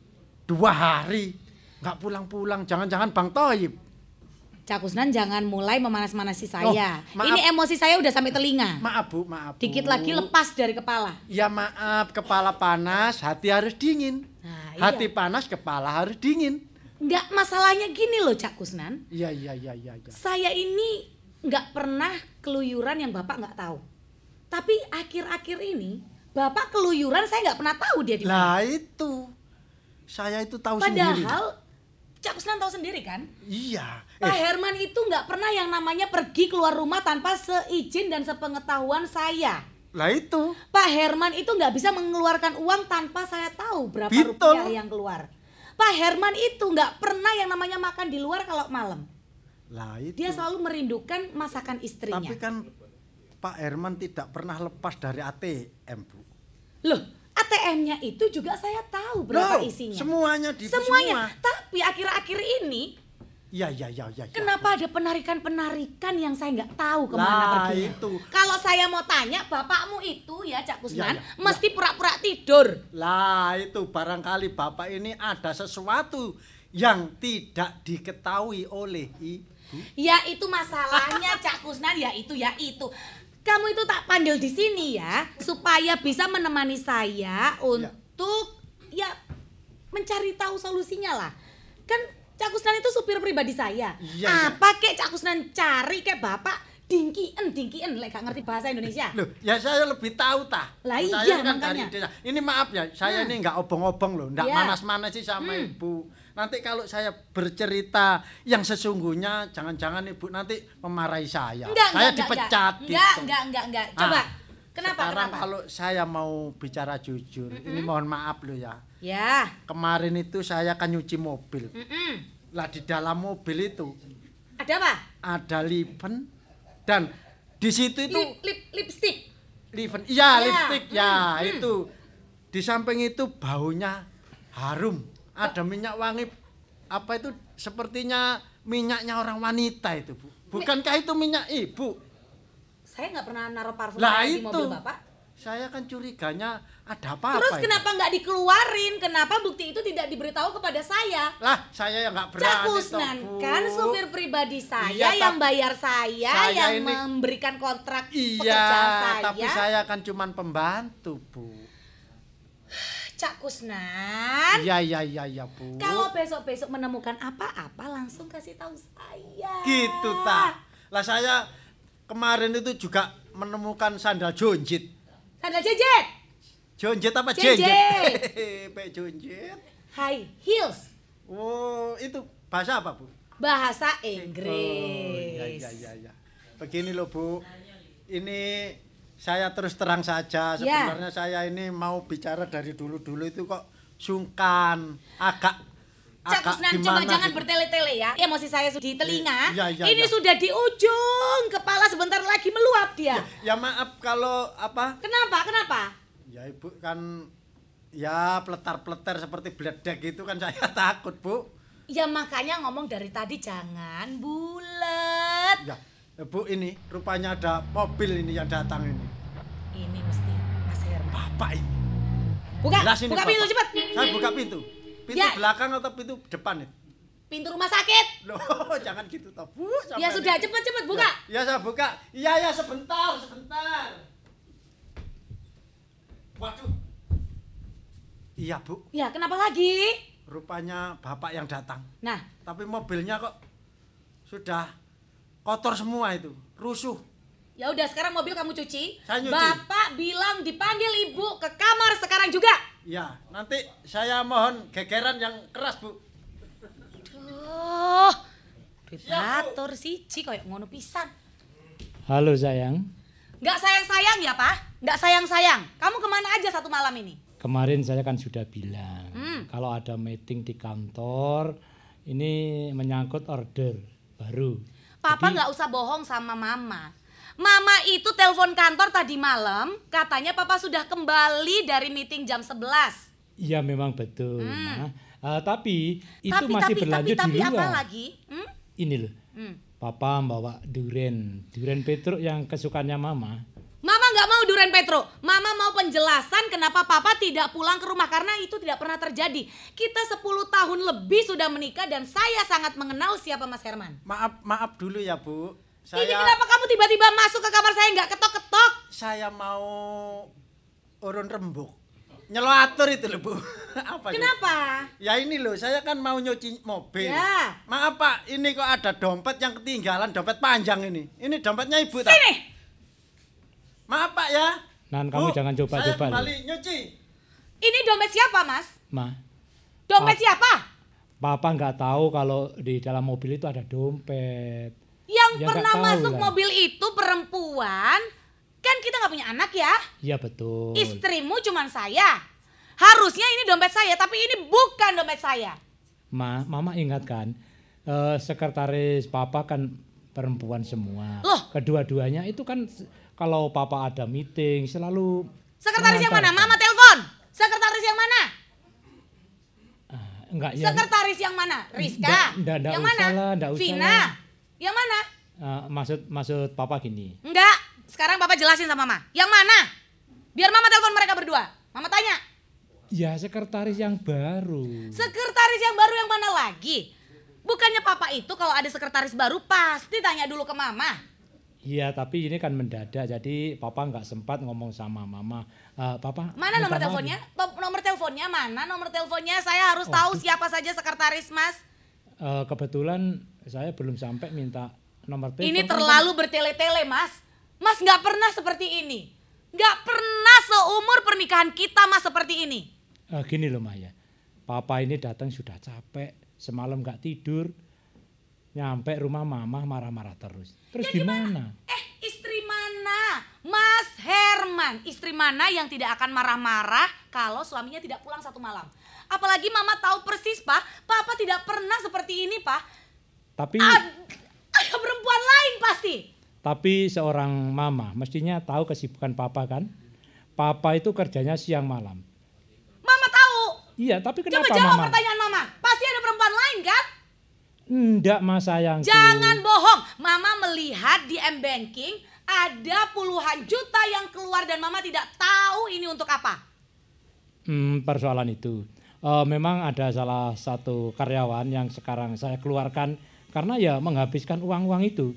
S3: dua hari nggak pulang-pulang, jangan-jangan Bang Toyib.
S9: Cak Kusnan jangan mulai memanas-manasi saya.
S3: Oh, maaf.
S9: Ini emosi saya udah sampai telinga.
S3: Maaf Bu, maaf Bu.
S9: Dikit lagi lepas dari kepala.
S3: Ya maaf, kepala panas, hati harus dingin.
S9: Nah,
S3: Hati
S9: iya.
S3: panas, kepala harus dingin.
S9: Nggak, masalahnya gini loh Cak Kusnan.
S3: Iya, iya, iya, iya. Ya.
S9: Saya ini nggak pernah keluyuran yang Bapak nggak tahu. Tapi akhir-akhir ini Bapak keluyuran saya nggak pernah tahu dia di mana.
S3: Lah itu, saya itu tahu sendiri.
S9: Padahal Cak Kusnan tahu sendiri kan?
S3: Iya.
S9: Pak Herman itu nggak pernah yang namanya pergi keluar rumah tanpa seizin dan sepengetahuan saya.
S3: Lah itu.
S9: Pak Herman itu nggak bisa mengeluarkan uang tanpa saya tahu berapa
S3: Betul.
S9: rupiah yang keluar. Pak Herman itu nggak pernah yang namanya makan di luar kalau malam.
S3: Lah itu.
S9: Dia selalu merindukan masakan istrinya.
S3: Tapi kan Pak Herman tidak pernah lepas dari A T M, Bu.
S9: Loh, A T M-nya itu juga saya tahu berapa
S3: Loh,
S9: isinya.
S3: semuanya di
S9: Semuanya.
S3: semua.
S9: Tapi akhir-akhir ini
S3: Iya, iya, iya, iya. Ya.
S9: kenapa ada penarikan-penarikan yang saya nggak tahu kemana
S3: Lah,
S9: perginya?
S3: itu.
S9: Kalau saya mau tanya, bapakmu itu ya Cak Kusnan,
S3: Ya, ya,
S9: mesti pura-pura tidur.
S3: Lah itu barangkali Bapak ini ada sesuatu yang tidak diketahui oleh Ibu.
S9: Ya itu masalahnya Cak Kusnan, ya itu ya itu. Kamu itu tak panggil di sini ya, supaya bisa menemani saya untuk ya, mencari tahu solusinya lah. Kan Cak Kusnan itu supir pribadi saya.
S3: Iya, iya.
S9: Apa kek Cak Kusnan cari kek Bapak dingkien dingkien lek gak ngerti bahasa Indonesia.
S3: Loh, ya saya lebih tahu tah.
S9: Lah
S3: Saya
S9: iya,
S3: kan
S9: makanya.
S3: dari desa. Ini maaf ya, saya
S9: Hmm.
S3: ini nggak obong-obong loh, nggak
S9: Iya.
S3: manas-manas sih sama
S9: Hmm.
S3: Ibu. Nanti kalau saya bercerita yang sesungguhnya, jangan-jangan Ibu nanti memarahi saya.
S9: Enggak,
S3: saya
S9: enggak,
S3: dipecat
S9: enggak,
S3: gitu.
S9: enggak, enggak, enggak, enggak. Coba.
S3: Ah,
S9: Kenapa?
S3: Sekarang
S9: Kenapa?
S3: kalau saya mau bicara jujur, ini mohon maaf loh ya.
S9: Ya.
S3: Kemarin itu saya kan nyuci mobil.
S9: Mm-mm.
S3: Lah di dalam mobil itu
S9: Ada apa?
S3: ada lipen dan di situ itu
S9: Lip, lip, lipstick.
S3: lipen. Iya,
S9: Ya.
S3: lipstick. Ya,
S9: Hmm.
S3: itu. Di samping itu baunya harum. Ada minyak wangi apa itu sepertinya minyaknya orang wanita itu, Bu. Bukankah itu minyak Ibu?
S9: Saya nggak pernah naruh parfum
S3: Lah
S9: saya di
S3: itu.
S9: mobil Bapak.
S3: Saya kan curiganya ada apa-apa.
S9: Terus
S3: itu.
S9: kenapa nggak dikeluarin? Kenapa bukti itu tidak diberitahu kepada saya?
S3: Lah, saya yang nggak berani.
S9: Cak
S3: toh,
S9: Kusnan
S3: Bu.
S9: kan supir pribadi saya
S3: Iya,
S9: yang
S3: tap-
S9: bayar saya,
S3: saya
S9: yang
S3: ini-
S9: memberikan kontrak
S3: Iya,
S9: pekerjaan saya.
S3: tapi saya kan cuman pembantu, Bu.
S9: Cak Kusnan,
S3: Iya, iya, iya, iya, Bu.
S9: kalau besok-besok menemukan apa-apa langsung kasih tahu saya.
S3: Gitu, tak. Lah saya kemarin itu juga menemukan sandal jonjit.
S9: Sandal jejet,
S3: Jonjit apa
S9: Jenjet.
S3: jenjet? Pe jonjit.
S9: high heels,
S3: Oh, itu bahasa apa, Bu?
S9: bahasa
S3: Oh,
S9: Inggris.
S3: iya, iya, iya, iya. Begini loh, Bu. Ini saya terus terang saja.
S9: Ya.
S3: Sebenarnya saya ini mau bicara dari dulu-dulu itu kok sungkan, agak
S9: Cak
S3: agak
S9: Kusnan,
S3: gimana
S9: coba jangan
S3: gitu.
S9: bertele-tele ya. Emosi saya sudah di telinga.
S3: Iya, iya,
S9: Ini
S3: iya.
S9: sudah di ujung kepala, sebentar lagi meluap dia.
S3: Ya maaf kalau apa?
S9: Kenapa? Kenapa?
S3: Ya Ibu kan ya pletar-pletar seperti bledek gitu kan saya takut, Bu.
S9: Ya makanya ngomong dari tadi jangan bulat.
S3: Ya, ya, Bu ini rupanya ada mobil ini yang datang ini.
S9: Ini mesti Mas Herman.
S3: Bapak ini.
S9: Buka,
S3: Jelas ini,
S9: buka
S3: Bapak.
S9: pintu cepat.
S3: Saya buka pintu. Pintu
S9: Ya.
S3: belakang atau pintu depan itu?
S9: Pintu rumah sakit.
S3: Loh, jangan gitu toh, Bu.
S9: Ya
S3: Sampai
S9: sudah,
S3: ini.
S9: cepat-cepat buka.
S3: Ya, ya saya buka. Iya, ya sebentar, sebentar. Waduh. Iya, Bu.
S9: Ya kenapa lagi?
S3: Rupanya Bapak yang datang.
S9: Nah,
S3: Tapi mobilnya kok sudah kotor semua itu, rusuh.
S9: ya udah sekarang mobil kamu cuci.
S3: Saya nyuci.
S9: Bapak bilang dipanggil ibu ke kamar sekarang juga.
S3: Ya, nanti saya mohon gegeran yang keras, Bu.
S9: Duh, duwe batur siji koyo ngono pisan.
S8: Halo sayang.
S9: Nggak sayang-sayang ya, Pak? Nggak sayang-sayang. Kamu kemana aja satu malam ini?
S8: Kemarin saya kan sudah bilang,
S9: Hmm.
S8: kalau ada meeting di kantor, ini menyangkut order baru.
S9: Papa
S8: Jadi-
S9: nggak usah bohong sama Mama. Mama itu telepon kantor tadi malam, katanya Papa sudah kembali dari meeting jam sebelas.
S8: Iya memang betul,
S9: Hmm.
S8: Ma. Eh, tapi itu
S9: Tapi,
S8: masih
S9: tapi,
S8: berlanjut
S9: tapi,
S8: di
S9: tapi
S8: luar.
S9: apa lagi? Hmm?
S8: Ini loh,
S9: Hmm.
S8: Papa bawa duren, duren petruk yang kesukaannya Mama.
S9: Mama nggak mau durian Petro. Mama mau penjelasan kenapa Papa tidak pulang ke rumah karena itu tidak pernah terjadi. Kita sepuluh tahun lebih sudah menikah dan saya sangat mengenal siapa Mas Herman.
S3: Maaf, maaf dulu ya, Bu.
S9: Ini
S3: Saya
S9: kenapa kamu tiba-tiba masuk ke kamar saya nggak ketok-ketok?
S3: saya mau urun rembuk. Nyeloatur itu loh, Bu. Apa itu?
S9: Kenapa?
S3: Ya ini loh, saya kan mau nyuci mobil.
S9: Ya.
S3: Maaf Pak, ini kok ada dompet yang ketinggalan, dompet panjang ini. Ini dompetnya Ibu tak?
S9: Sini.
S3: Maaf Pak ya.
S8: Nan kamu
S3: Bu,
S8: jangan coba-coba
S3: Saya
S8: loh.
S3: kembali nyuci.
S9: Ini dompet siapa, Mas?
S8: Ma,
S9: Dompet
S8: Ah.
S9: siapa?
S8: Papa nggak tahu kalau di dalam mobil itu ada dompet.
S9: Yang
S8: Ya,
S9: pernah
S8: nggak tahu
S9: masuk
S8: lah.
S9: mobil itu perempuan. Kan kita nggak punya anak ya.
S8: Iya betul.
S9: Istrimu cuman saya. Harusnya ini dompet saya, tapi ini bukan dompet saya.
S8: Ma, Mama ingat kan, eh, sekretaris Papa kan perempuan semua.
S9: Loh.
S8: Kedua-duanya itu kan s- kalau Papa ada meeting selalu
S9: Sekretaris yang mana?
S8: mengantarkan.
S9: Mama telepon. Sekretaris yang mana?
S8: Ah, enggak ya.
S9: Sekretaris yang mana? Rizka.
S8: Nggak- nggak- nggak
S9: yang
S8: usah
S9: mana?
S8: lah, nggak usah
S9: Vina.
S8: lah.
S9: Yang mana?
S8: Eh, maksud maksud Papa gini.
S9: Enggak. Sekarang Papa jelasin sama Mama. Yang mana? Biar Mama telepon mereka berdua. Mama tanya.
S8: Ya sekretaris yang baru.
S9: Sekretaris yang baru yang mana lagi? Bukannya Papa itu kalau ada sekretaris baru pasti tanya dulu ke Mama.
S8: Iya tapi ini kan mendadak jadi Papa nggak sempat ngomong sama Mama. Eh, Papa.
S9: Mana
S8: minta
S9: nomor
S8: maaf
S9: teleponnya?
S8: ya.
S9: Top- Nomor teleponnya mana? Nomor teleponnya saya harus tahu
S8: Waduh.
S9: siapa saja sekretaris Mas.
S8: Eh, kebetulan saya belum sampai minta nomor telepon.
S9: Ini
S8: kan-
S9: terlalu bertele-tele Mas. Mas nggak pernah seperti ini. Nggak pernah seumur pernikahan kita Mas seperti ini.
S8: Eh, gini loh Maya, Papa ini datang sudah capek, semalam nggak tidur, nyampe rumah Mama marah-marah terus. Terus gimana?
S9: Eh istri mana? Mas Herman. Istri mana yang tidak akan marah-marah kalau suaminya tidak pulang satu malam? Apalagi Mama tahu persis Pak, Papa tidak pernah seperti ini Pak.
S8: Tapi
S9: Ad- ada perempuan lain pasti.
S8: tapi seorang Mama mestinya tahu kesibukan Papa kan? Papa itu kerjanya siang malam.
S9: Mama tahu.
S8: Iya, tapi
S9: Coba
S8: kenapa
S9: jawab
S8: Mama?
S9: pertanyaan Mama. Pasti ada perempuan lain kan?
S8: Enggak Mas sayangku.
S9: Jangan bohong. Mama melihat di M-Banking ada puluhan juta yang keluar dan Mama tidak tahu ini untuk apa.
S8: Hmm, persoalan itu. Eh, memang ada salah satu karyawan yang sekarang saya keluarkan karena ya menghabiskan uang-uang itu.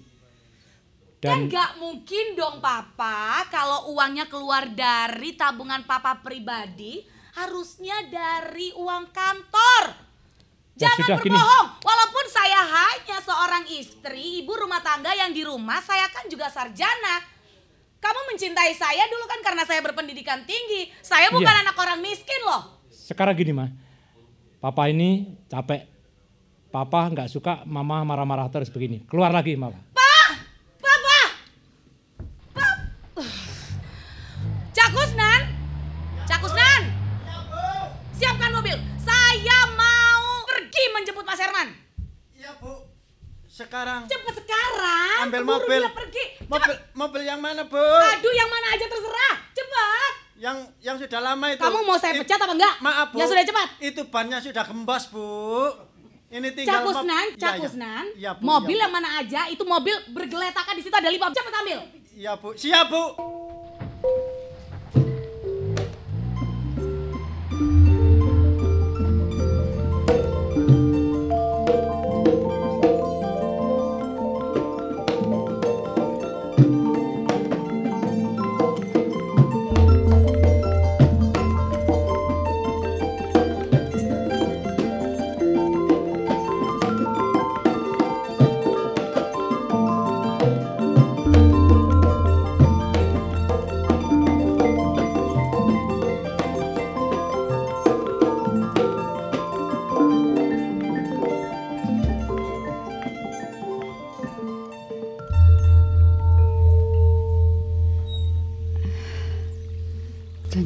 S9: Kan
S8: Dan
S9: gak mungkin dong Papa kalau uangnya keluar dari tabungan Papa pribadi, harusnya dari uang kantor.
S8: Ya
S9: Jangan
S8: sudah, gini.
S9: berbohong, walaupun saya hanya seorang istri, ibu rumah tangga yang di rumah, saya kan juga sarjana. Kamu mencintai saya dulu kan karena saya berpendidikan tinggi. Saya bukan
S8: Iya.
S9: anak orang miskin loh.
S8: sekarang gini mah, Papa ini capek. Papa nggak suka Mama marah-marah terus begini. Keluar lagi Mama.
S9: Papa! Pap! Cak Kusnan! Cak Kusnan! Siapkan mobil. Saya mau pergi menjemput Mas Herman.
S3: Iya Bu. Sekarang
S9: Cepet sekarang.
S3: ambil
S9: keburu
S3: mobil.
S9: dia pergi.
S3: Mobil mobil yang mana Bu?
S9: Aduh yang mana aja terserah. Cepat.
S3: Yang yang sudah lama itu.
S9: Kamu mau saya
S3: It-
S9: pecat apa enggak?
S3: Maaf Bu.
S9: Ya sudah cepat.
S3: Itu bannya sudah gembos Bu. Ini
S9: Cak
S3: tinggal mob-
S9: Kusnan,
S3: Iya,
S9: Cak
S3: iya.
S9: Kusnan.
S3: Iya, Bu,
S9: Mobil
S3: iya,
S9: yang mana aja itu mobil bergeletakan di situ ada lima. Cepat ambil.
S3: Iya Bu. Siap Bu.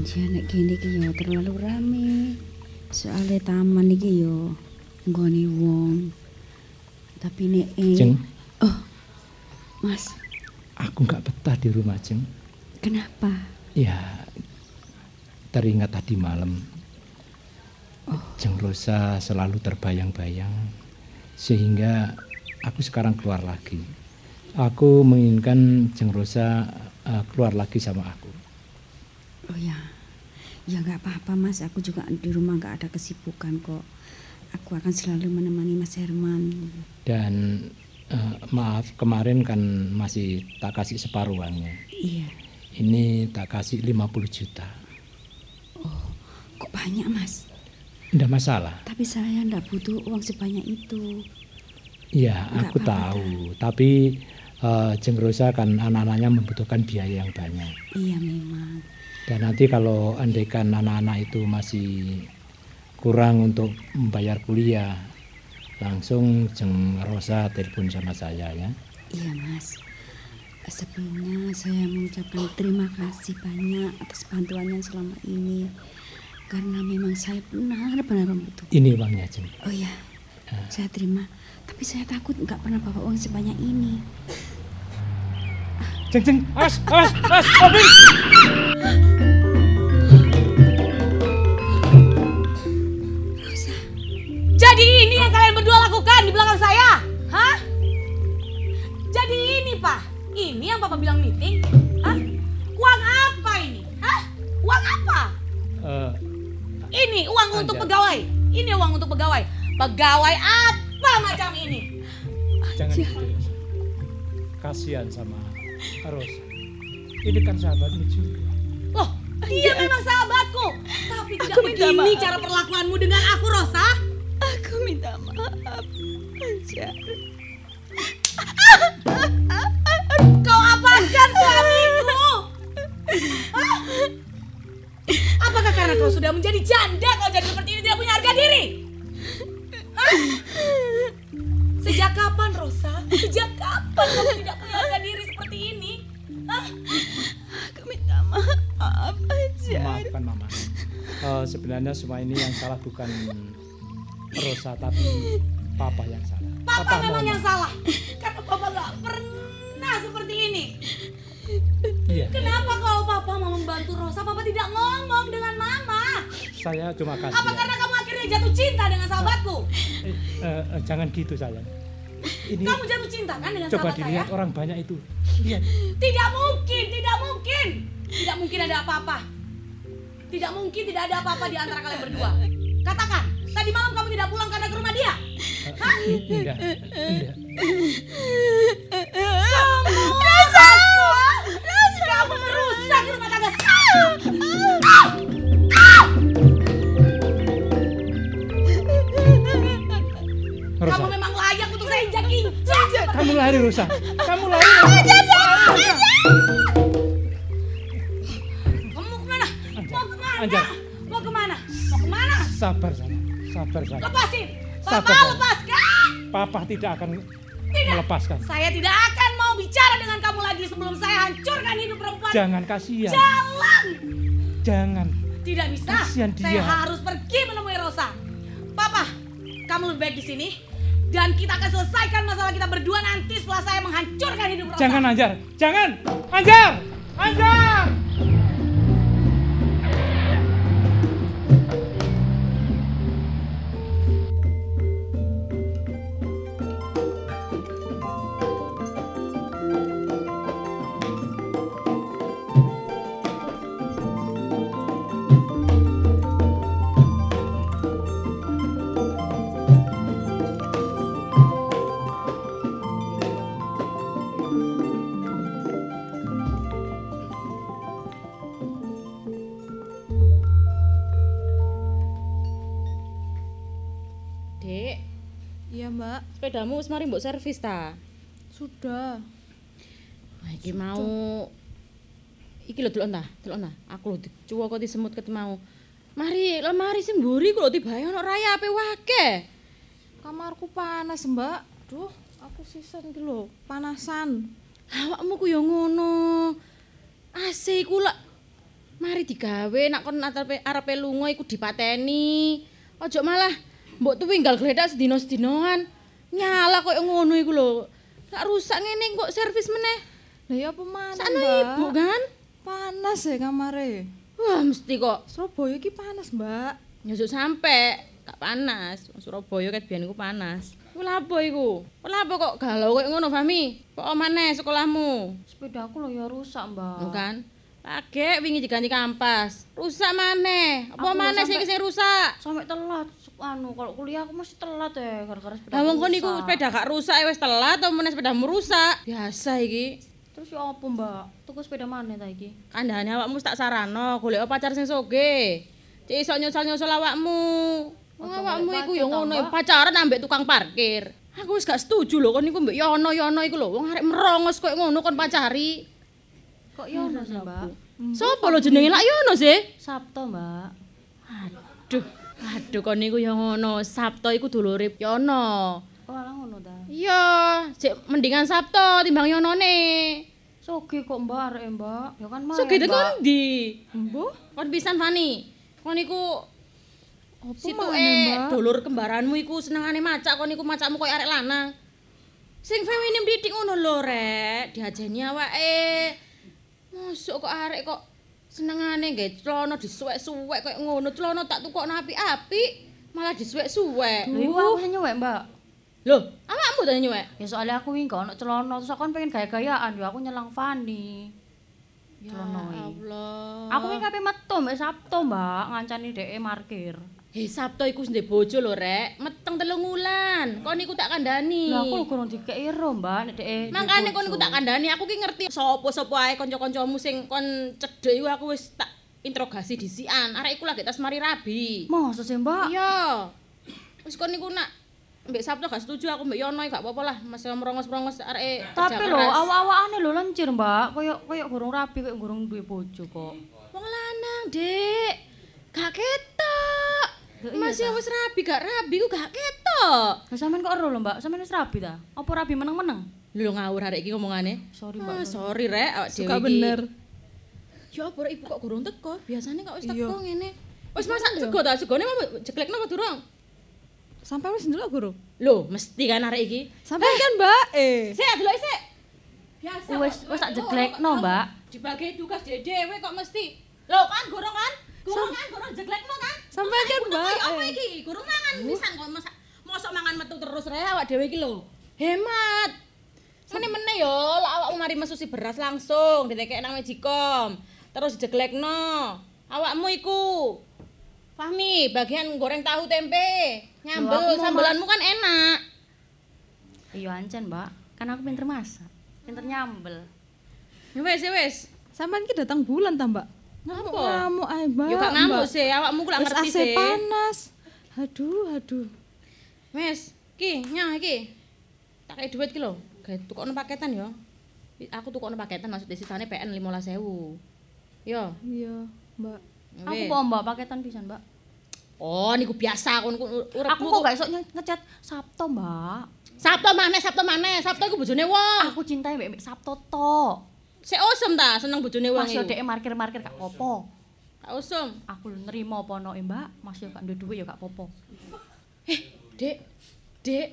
S4: Janjian nek kene iki ya terlalu rame. Soale taman iki ya nggone wong. Tapi nek eh,
S8: Jeng.
S4: Oh. Mas,
S8: aku nggak betah di rumah, Jeng.
S4: Kenapa?
S8: Ya, teringat tadi malam.
S4: Oh.
S8: Jeng Rosa selalu terbayang-bayang. Sehingga aku sekarang keluar lagi. Aku menginginkan Jeng Rosa uh, keluar lagi sama aku.
S4: Oh ya, ya nggak apa-apa Mas. Aku juga di rumah nggak ada kesibukan kok. Aku akan selalu menemani Mas Herman.
S8: Dan uh, maaf kemarin kan masih tak kasih separuh uangnya.
S4: Iya.
S8: Ini tak kasih lima puluh juta.
S4: Oh, kok banyak Mas?
S8: Nggak masalah.
S4: Tapi saya nggak butuh uang sebanyak itu.
S8: Iya,
S4: Nggak
S8: aku
S4: apa-apa,
S8: tahu. Tapi uh, Jeng Rosa kan anak-anaknya membutuhkan biaya yang banyak.
S4: Iya memang.
S8: Dan nanti kalau andaikan anak-anak itu masih kurang untuk membayar kuliah, langsung Jeng Rosa telepon sama saya ya.
S4: Iya Mas. Sebelumnya saya mengucapkan terima kasih banyak atas bantuannya selama ini. Karena memang saya benar-benar membutuhkan.
S8: Ini uangnya, Jeng.
S4: Oh iya, saya terima. Tapi saya takut nggak pernah bawa uang sebanyak ini.
S8: Jeng, Jeng, awas, awas, awas, mobil!
S4: Rosa.
S9: Jadi ini yang kalian berdua lakukan di belakang saya? Hah? Jadi ini, Pak? Ini yang Papa bilang meeting? Hah? Uang apa ini? Hah? Uang apa?
S8: Uh,
S9: Ini uang
S8: Anjar.
S9: untuk pegawai. Ini uang untuk pegawai. Pegawai apa macam ini?
S8: Jangan gitu, Rosa. Kasihan sama Rosa. Ini kan sahabatmu juga.
S9: Loh, dia memang sahabatku. Tapi tidak
S4: Aku minta
S9: begini
S4: maaf.
S9: cara perlakuanmu dengan aku, Rosa.
S4: Aku minta maaf, Anjar.
S9: Kau apakan suamiku? Hah? Apakah karena kau sudah menjadi janda kau jadi seperti ini, tidak punya harga diri? Hah? Sejak kapan, Rosa? Sejak kapan kamu tidak punya harga diri seperti ini? Hah?
S4: Aku minta maaf, Anjar.
S8: Maafkan Mama. Uh, sebenarnya semua ini yang salah bukan Rosa, tapi Papa yang salah.
S9: Papa, memang
S8: mohon
S9: yang
S8: maaf.
S9: salah. Karena Papa gak pernah seperti ini.
S8: Iya.
S9: Kenapa kalau Papa mau membantu Rosa, Papa tidak ngomong dengan Mama?
S8: Saya cuma kasih.
S9: Apa karena kamu akhirnya jatuh cinta dengan sahabatku?
S8: Eh, eh, eh, jangan gitu sayang. Ini
S9: Kamu jatuh cinta kan dengan
S8: coba
S9: sahabat
S8: dilihat
S9: saya?
S8: orang banyak itu. Lihat.
S9: Tidak mungkin, tidak mungkin. Tidak mungkin ada apa-apa. Tidak mungkin tidak ada apa-apa di antara kalian berdua. Katakan, tadi malam kamu tidak pulang karena ke rumah dia? Hah?
S8: Enggak, enggak.
S9: Kamu merusak! Kamu merusak rumah tangga saya! Ah! Ah!
S8: Rosa,
S9: Kamu memang layak untuk saya injak-injak.
S8: kamu lari Rosa. Kamu lari. Rosa.
S9: Kamu mau kemana? Mau kemana?
S8: Anjar.
S9: Mau kemana? Mau kemana?
S8: Sabar sayang, sabar sayang.
S9: Lepasin!
S8: Sabar,
S9: Papa,
S8: sayang.
S9: lepaskan!
S8: Papa tidak akan
S9: Tidak.
S8: melepaskan.
S9: Saya tidak akan mau bicara dengan kamu lagi sebelum saya hancurkan hidup perempuan.
S8: Jangan kasihan.
S9: Jalan!
S8: Jangan.
S9: Tidak bisa.
S8: Kasihan
S9: Saya
S8: dia.
S9: harus pergi menemui Rosa. Papa, kamu lebih baik di sini. Dan kita akan selesaikan masalah kita berdua nanti setelah saya menghancurkan hidup Rosa.
S8: Jangan Anjar. Jangan. Anjar. Anjar.
S1: Dek,
S6: Iya mbak,
S1: sepedamu wis mari mbok servis ta?
S6: sudah.
S1: Nah, iki mau iki lho delok ta, delok ta. Aku lho dicuwok kok disemut ket mau. Mari, lemari sing mburi kok lho tibae ono rayape wake.
S6: Kamarku panas mbak. Duh, aku sisan iki lho, panasan.
S1: Awakmu ku yo ngono. A C ku lak Mari digawe nak kon arepe arepe lunga iku dipateni. Ojo malah mbok tuwinggal gledak sedina-sedinoan. Nyala koyo ngono iku lho. Sak rusak ngene kok servis meneh.
S6: Lah ya apa maneh,
S1: Sakno
S6: Mbak?
S1: ibu kan?
S6: Panas ya kamare.
S1: Wah, mesti kok
S6: Surabaya iki panas, Mbak.
S1: nyusuk sampe gak panas. Wong Surabaya ket biyen iku panas. Iku lha apa iku? Lha apa kok galau koyo ngono, Fahmi? Kok maneh sekolahmu?
S5: Sepedaku lho ya rusak, Mbak.
S1: Bukan? Lagi wingi diganti kampas. Rusak maneh. Apa
S5: Aku
S1: maneh sing
S5: sampe-
S1: sing rusak?
S5: Sampai telat anu kalau kuliah aku mesti telat ya gara-gara sepeda.
S1: Lah wong kon iku sepeda gak rusak ya wis telat atau meneh sepedamu rusak. Biasa iki.
S5: Terus ya apa, Mbak? Tuku sepeda maneh ta iki?
S1: Kandhane awakmu wis tak sarano, golek pacar sing sugih. Cek iso nyosol-nyosol awakmu. Wong
S5: Ojo
S1: awakmu
S5: golek
S1: iku
S5: pacar
S1: ya
S5: ta,
S1: ngono
S5: Mbak?
S1: pacaran ambek tukang parkir. Aku wis gak setuju lho kon niku mbek Yono-Yono iku lho. Wong arek merongos koyo ngono kon pacari.
S5: Kok ya ono sih, Mbak?
S1: Sopo lho jenenge lak Yono sih?
S5: Sabto, Mbak.
S1: Aduh, aduh kon niku ya ngono. Sabto iku dulure Yono.
S5: Oh, alah ngono ta.
S1: Iya, sik mendingan Sabto timbang Yonone.
S5: Soge kok, Mbak, arek Mbak. Ya kan mah.
S1: Sugih tekan ndi?
S6: Mbah,
S1: Kon pisan Fani. Kon iku
S6: apa
S1: situke
S6: maneh, Mbak?
S1: dulur kembaranmu iku senengane macak, kon iku macakmu koyo arek lanang. Sing feminim didik ngono lho, Rek. Diajeni awake. Mosok kok arek kok senengane nggae celana disuwek-suwek koyo ngono. Celana tak tukokno apik-apik, malah disuwek-suwek.
S5: Lha iku aku sing nyuwek, Mbak.
S1: Lho, awakmu ta nyuwek?
S5: Ya soalnya aku wingi gak ono celana, terus aku kan pengen gaya-gayaan, ya aku nyelang Fani.
S1: Ya
S5: Celana iki.
S1: Allah.
S5: Aku wingi kape metu mbek Sabto, Mbak, ngancani dhek parkir.
S1: Hei Sabto iku ndek bojo lho, Rek. Meteng telung wulan. Kon niku tak kandhani.
S5: Lah aku lho kurang dikeki ro, Mbak, nek dhek.
S1: Makane kon niku tak kandhani, aku ki ngerti sapa-sapa ae kanca-kancamu sing kon cedhek iku aku wis tak interogasi disikan. Arek iku lagi tas mari rabi.
S5: Masa sih, Mbak?
S1: Iya. Wis kon niku nak mbek Sabto gak setuju aku mbek Yono gak apa-apa lah, masih merongos-merongos arek kerja
S5: Tapi lho
S1: keras.
S5: awak-awakane lho lencir, Mbak. Koyo koyo gorong rapi, koyo gorong duwe bojo kok.
S1: Wong lanang, Dik. Gak ketok.
S5: Lho, iya
S1: Masih
S5: ta?
S1: wis rabi gak rabi ku gak ketok.
S5: Lah sampean kok ero lho, Mbak? Sampean wis rabi ta? Apa rabi meneng-meneng?
S1: Lho ngawur arek iki ngomongane.
S5: Sorry,
S1: Ah,
S5: Mbak.
S1: sorry rek, awak dhewe
S6: Suka
S1: iki.
S6: bener.
S1: Ya apa rek, ibu kok gurung teko? Biasane kok wis
S6: Iya.
S1: teko ngene. Wis masak sego ta? Segone mau jeklekno apa durung?
S6: Sampai wis ndelok, Guru.
S1: Lho, mesti kan arek iki.
S6: Sampai kan, Mbak? Eh.
S1: Sik delok sik. Biasa.
S5: Wis
S1: kok.
S5: wis tak
S1: Oh,
S5: jeklekno,
S1: kok
S5: Mbak.
S1: Dibagi tugas dhewe kok mesti. Lho kan gurung kan? Gurung kan gurung jeklekno kan?
S6: Sampai kan,
S1: Ibu teko
S6: Mbak,
S1: ya Apa
S6: eh.
S1: iki? Gurung mangan pisan kok masak. Mosok mangan metu terus rek awak dhewe iki lho. Hemat. Meneh-meneh yo, lek awakmu mari mesusi beras langsung ditekek nang Magicom. Terus dijeglekno. Awakmu iku Fahmi, bagian goreng tahu tempe.
S5: Loh,
S1: Nyambel,
S5: aku mau
S1: sambelanmu kan enak.
S5: Iya ancen, Mbak. Kan aku pinter masak. Pinter nyambel.
S1: Ya wis, ya wis.
S6: Sampean ki datang bulan ta, Mbak? Ngamuk-ngamuk ae, Mbak.
S1: Yo gak ngamuk
S6: Mbak.
S1: sih, awakmu ku lak
S6: Wis
S1: ngerti
S6: A C
S1: sih.
S6: panas. Aduh, aduh.
S1: Wis, ki, nyah iki. Tak kei duit ki lho, gawe tukokno paketan yo. Aku tukokno paketan maksudnya sisane P N lima belas ribu. Yo.
S6: Iya, Mbak.
S1: ya
S5: Aku
S1: wis.
S5: mau Mbak paketan pisan, Mbak.
S1: Oh, niku biasa kon uripmu.
S5: Aku kok gak iso nye- ngecat Sabto, Mbak.
S1: Sabto maneh, Sabto maneh. Sabto iku bojone wong.
S5: Aku cintai mbek mbek Sabto tok.
S1: Sik usum ta seneng bojone wong
S5: Mas yo
S1: iku.
S5: dhek markir-markir gak popo.
S1: Gak usum.
S5: Aku lho nerima apa ono e, Mbak. Mas yo gak duwe duwe yo gak popo.
S1: Eh, Dek. Dek.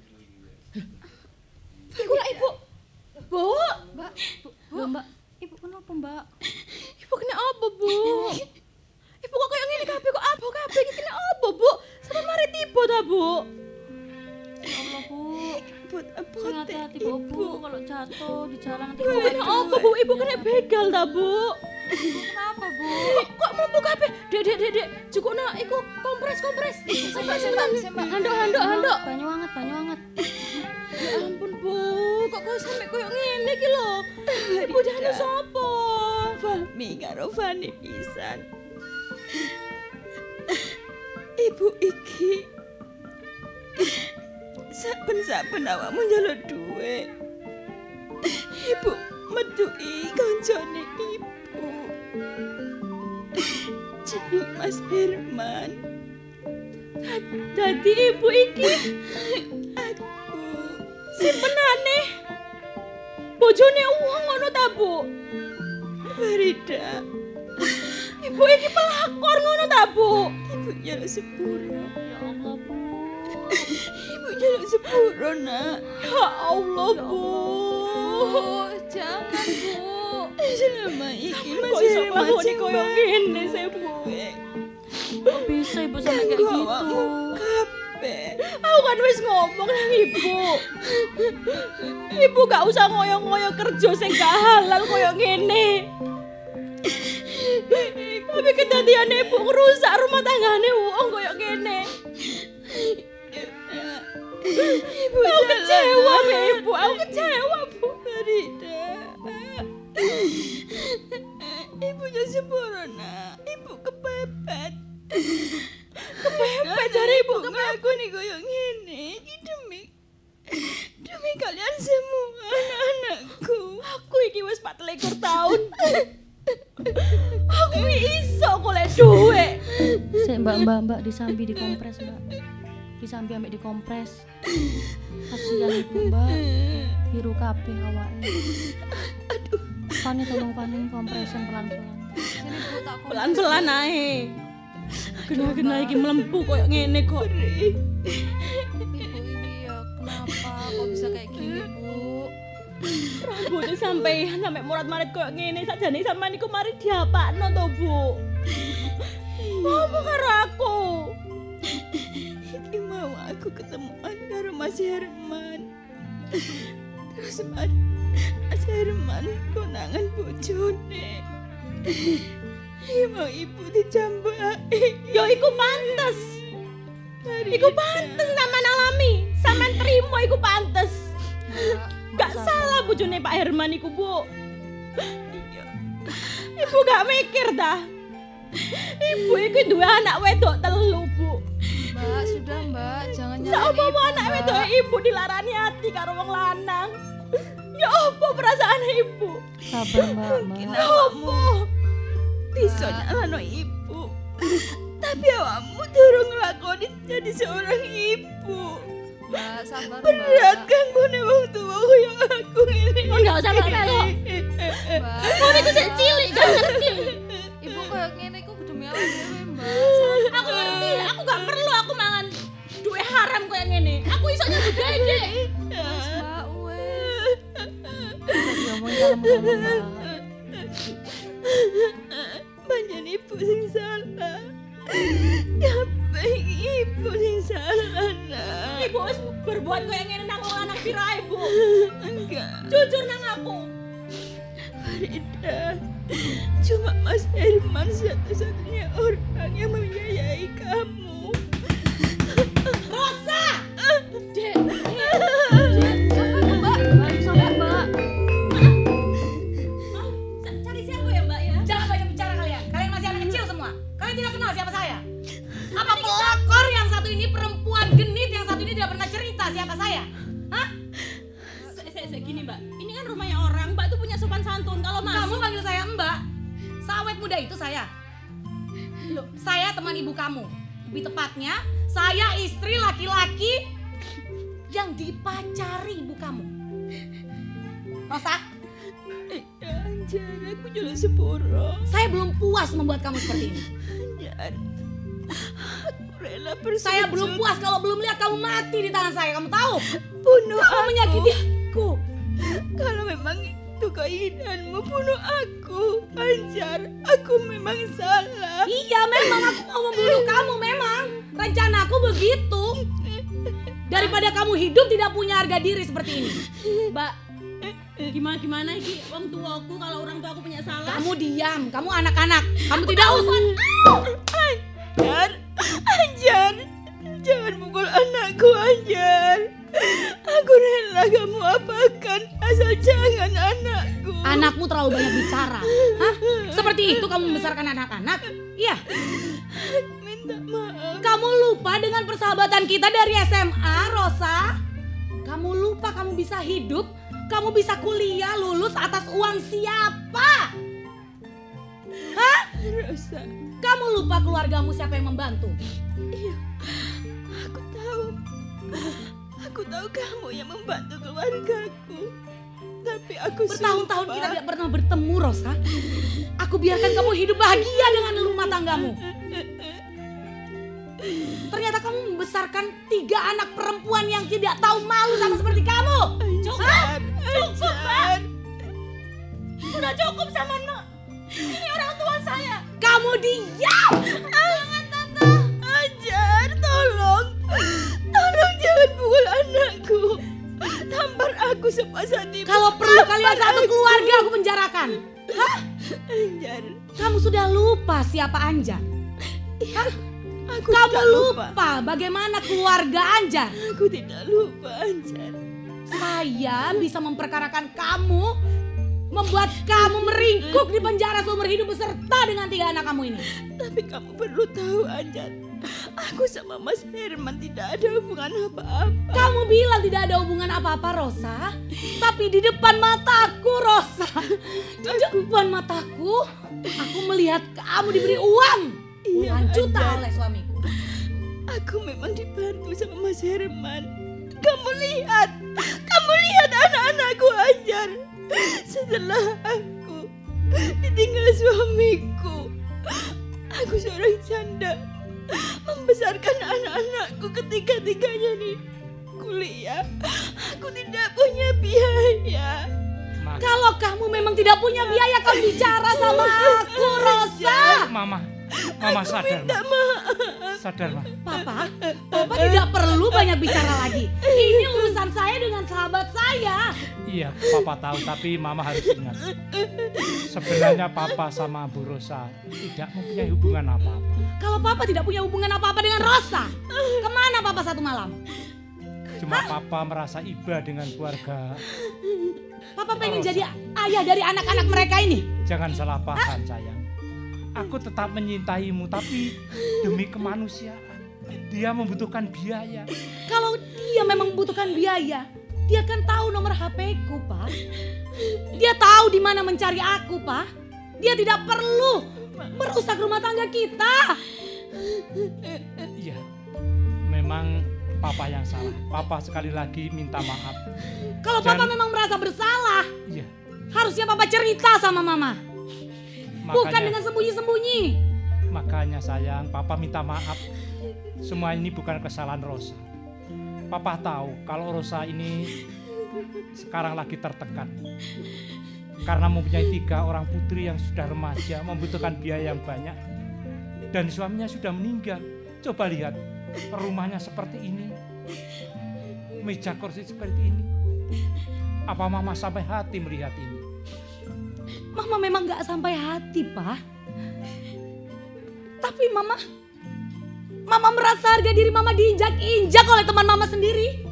S1: Iku lah Ibu. Bu.
S5: Mbak, Bu, Lho, Mbak, Ibu kenapa, Mbak?
S1: Ibu kena apa, Bu? Ibu kok kayak ngene kabeh kok apa kabeh iki kena apa, Bu? Sampe mari tiba ta, Bu?
S5: Ya Allah, Bu.
S6: But apa
S5: Sing hati-hati, Bu, Bu. Kalau jatuh di jalan nanti
S1: Bu, kena apa, Bu? Ibu kena begal ta, Bu?
S5: Ibu kenapa, Bu?
S1: Kok mampu kabeh? Dek, dek, dek, dek. Cukupno iku kompres, kompres. Sembah, sembah, sembah. Handuk, handuk, handuk.
S5: Banyu anget, banyu anget.
S1: Ya ampun, Bu. Kok kok sampe koyo ngene iki lho? Ibu jane sapa?
S4: Fahmi karo Fani pisan. Ibu iki saben-saben awakmu njaluk dhuwit. Ibu metuki kancane ibu. Jeneng Mas Herman.
S1: Dadi ibu iki
S4: Aku
S1: simpenane bojone uang ngono ta, Bu?
S4: Farida.
S1: Ibu iki pelakor ngono ta, Bu?
S4: Ibu jaluk sepuro.
S5: Ya Allah, Bu.
S4: Ibu jaluk sepuro, Nak.
S1: Ya Allah, Bu.
S6: Jangan, Bu.
S4: Selama iki
S1: Kok
S4: masih
S1: iso
S4: Herman
S1: lakoni
S4: sing
S1: koyo ngene sih, Bu?
S5: Kok bisa Ibu sampai kayak gitu?
S4: kabeh.
S1: Aku kan wis ngomong nang Ibu. Ibu gak usah ngoyo-ngoyo kerja sing gak halal koyo ngene. Tapi kedadian Ibu ngerusak rumah tanggane wong koyo ngene.
S4: Ibu
S1: Aku kecewa be Ibu, aku kecewa Bu.
S4: Farida. Ibu jaluk sepuro, Nak. Ibu kepepet.
S1: Kepepet jare Ibu
S4: ngakoni koyo ngene. Iki demi demi kalian semua anak-anakku.
S1: Aku iki wis empat puluh likur tahun. Aku iso golek duit.
S5: Sik Mbak, Mbak, Mbak disambi dikompres, Mbak. Disambi ambek dikompres. Kasihan Ibu, Mbak. Biru kabeh awake. Aduh. Pani tolong pani kompresan pelan-pelan.
S6: Sini Bu tak kompres.
S1: Pelan-pelan ae. Gena-gena iki melempu koyo ngene kok.
S6: Ibu ini ya kenapa kok bisa kayak gini, Bu?
S1: Rambutnya sampean sampe murat-marit koyo ngene sakjane sampean iku mari diapakno to, Bu. Apa karo aku?
S4: Iki mau aku ketemuan karo Mas Herman. Terus Mas, Mas Herman konangan bojone. Iki mau ibu dicambaki.
S1: Ya iku pantes. Iku pantes sampean alami. Sampean terima iku pantes. Gak salah bojone Pak Herman iku, Bu. Ibu gak mikir dah. Ibu iku duwe anak wedok telu, Bu.
S6: Mbak, sudah Mbak, jangan nyalain
S1: Sapa
S6: Ibu,
S1: anak
S6: Mbak.
S1: wedok ibu dilarani hati karo wong lanang. Ya apa perasaan ibu?
S5: Sabar, Mbak, Mbak.
S1: Ya apa?
S4: Bisa nyalano ibu. Tapi awakmu durung nglakoni jadi seorang ibu.
S6: Mbak, sabar
S4: Berat
S6: Mbak.
S4: kan kone wong tuwa koyo aku ngene.
S1: Oh, enggak usah melo.
S6: Mbak.
S1: Kowe iku sik cilik gak ngerti.
S6: Ibu koyo ngene iku demi awak dhewe, Mbak.
S1: Aku ngerti, aku gak perlu aku mangan duwe haram koyo ngene. Aku iso nyambut gawe, Dek.
S6: Wes, Mbak, wes.
S5: Bisa diomongin kalem-kalem, Mbak.
S4: Panjen ibu sing salah. Kabeh ibu sing salah, Nak.
S1: Ibu wis berbuat koyo ngene nang wong lanang pirae, Bu?
S4: Enggak.
S1: Jujur nang aku.
S4: Farida, cuma Mas Herman satu-satunya orang yang membiayai kamu.
S1: Rosa! Dek,
S5: Mbak, sabar, Mbak.
S1: cari siapa ya, Mbak ya?
S9: Jangan banyak bicara kalian. Kalian masih anak kecil semua. Kalian tidak kenal siapa saya. Apa pelakor yang satu ini perempuan genit, yang satu ini tidak pernah cerita siapa saya? Hah?
S1: Saya gini, Mbak. Ini kan rumahnya orang. Mbak tuh punya sopan santun. Kalau
S9: Kamu
S1: masuk
S9: panggil saya Mbak. Sawet muda itu saya. Loh, saya teman ibu kamu. Lebih tepatnya, saya istri laki-laki yang dipacari ibu kamu. Rosa,
S4: Ya, Anjar, aku jual sepuro.
S9: saya belum puas membuat kamu seperti ini.
S4: Anjar, aku rela bersujud.
S9: Saya belum puas kalau belum lihat kamu mati di tangan saya. Kamu tahu?
S4: Bunuh
S9: Kamu
S4: aku.
S9: menyakiti aku.
S4: Kalau memang itu keinginanmu, bunuh aku. Anjar, aku memang salah.
S9: Iya, memang aku mau membunuh kamu. Memang rencanaku begitu. Daripada kamu hidup tidak punya harga diri seperti ini.
S1: Mbak, gimana gimana iki wong tuaku kalau orang tua aku punya salah.
S9: Kamu diam, kamu anak-anak. Kamu tidak usah.
S4: Anjar, Anjar, jangan pukul anakku, Anjar. Aku rela kamu apakan, asal jangan anakku.
S9: Anakmu terlalu banyak bicara. Hah? Seperti itu kamu membesarkan anak-anak? Iya.
S4: Minta maaf.
S9: Kamu lupa dengan persahabatan kita dari S M A, Rosa? Kamu lupa kamu bisa hidup, kamu bisa kuliah, lulus atas uang siapa? Hah?
S4: Rosa,
S9: Kamu lupa keluargamu siapa yang membantu?
S4: iya, aku tahu. Aku tahu kamu yang membantu keluargaku. Tapi aku
S9: Bertahun-tahun kita tidak pernah bertemu, Rosa. Aku biarkan kamu hidup bahagia dengan rumah tanggamu. Ternyata kamu membesarkan tiga anak perempuan yang tidak tahu malu sama seperti kamu. Cukup, cukup, Mbak. Sudah cukup sama Nok. Ini orang tua saya. Kamu diam.
S4: Jangan, Tante. Anjar, tolong. Tolong jangan pukul anakku. Tampar aku sepasang tiba.
S9: Kalau perlu kalian satu keluarga aku penjarakan. Hah?
S4: Anjar.
S9: Kamu sudah lupa siapa Anjar? Hah?
S4: Aku
S9: Kamu
S4: tidak
S9: lupa. lupa bagaimana keluarga Anjar?
S4: Aku tidak lupa, Anjar.
S9: Saya bisa memperkarakan kamu, membuat kamu meringkuk di penjara seumur hidup beserta dengan tiga anak kamu ini.
S4: Tapi kamu perlu tahu, Anjar. Aku sama Mas Herman tidak ada hubungan apa-apa.
S9: Kamu bilang tidak ada hubungan apa-apa, Rosa. Tapi di depan mataku, Rosa. Di depan mataku, aku melihat kamu diberi uang. Puluhan
S4: Iya,
S9: juta
S4: Anjar.
S9: oleh suamiku.
S4: Aku memang dibantu sama Mas Herman. Kamu lihat, kamu lihat anak-anakku, Anjar. Setelah aku ditinggal suamiku, aku seorang janda membesarkan anak-anakku ketiga-tiganya di kuliah. Aku tidak punya biaya.
S8: Ma.
S9: Kalau kamu memang tidak punya biaya, kamu bicara sama aku, Rosa.
S8: Mama, Mama sadar.
S4: Minta
S8: Ma.
S4: maaf.
S8: Sadar, Ma.
S9: Papa, Papa tidak perlu banyak bicara lagi. Ini urusan saya dengan sahabat saya.
S8: Iya, Papa tahu, tapi Mama harus ingat. Sebenarnya Papa sama Bu Rosa tidak mempunyai hubungan apa-apa.
S9: Kalau Papa tidak punya hubungan apa-apa dengan Rosa, kemana Papa satu malam?
S8: Cuma Papa merasa iba dengan keluarga.
S9: Papa pengen jadi ayah dari anak-anak mereka ini.
S8: Jangan salah paham, sayang. Aku tetap menyintaimu, tapi demi kemanusiaan. Dia membutuhkan biaya.
S9: Kalau dia memang membutuhkan biaya, dia kan tahu nomor H P-ku, Pak. Dia tahu di mana mencari aku, Pak. Dia tidak perlu merusak rumah tangga kita.
S8: Iya, memang Papa yang salah. Papa sekali lagi minta maaf.
S9: Kalau Papa memang merasa bersalah,
S8: Iya,
S9: harusnya Papa cerita sama Mama. Bukan
S8: makanya,
S9: dengan sembunyi-sembunyi.
S8: makanya sayang, Papa minta maaf. Semua ini bukan kesalahan Rosa. Papa tahu kalau Rosa ini sekarang lagi tertekan. Karena mempunyai tiga orang putri yang sudah remaja, membutuhkan biaya yang banyak. Dan suaminya sudah meninggal. Coba lihat, rumahnya seperti ini. Meja kursi seperti ini. Apa Mama sampai hati melihat ini?
S9: Mama memang gak sampai hati, Pak. Tapi Mama, Mama merasa harga diri Mama diinjak-injak oleh teman Mama sendiri.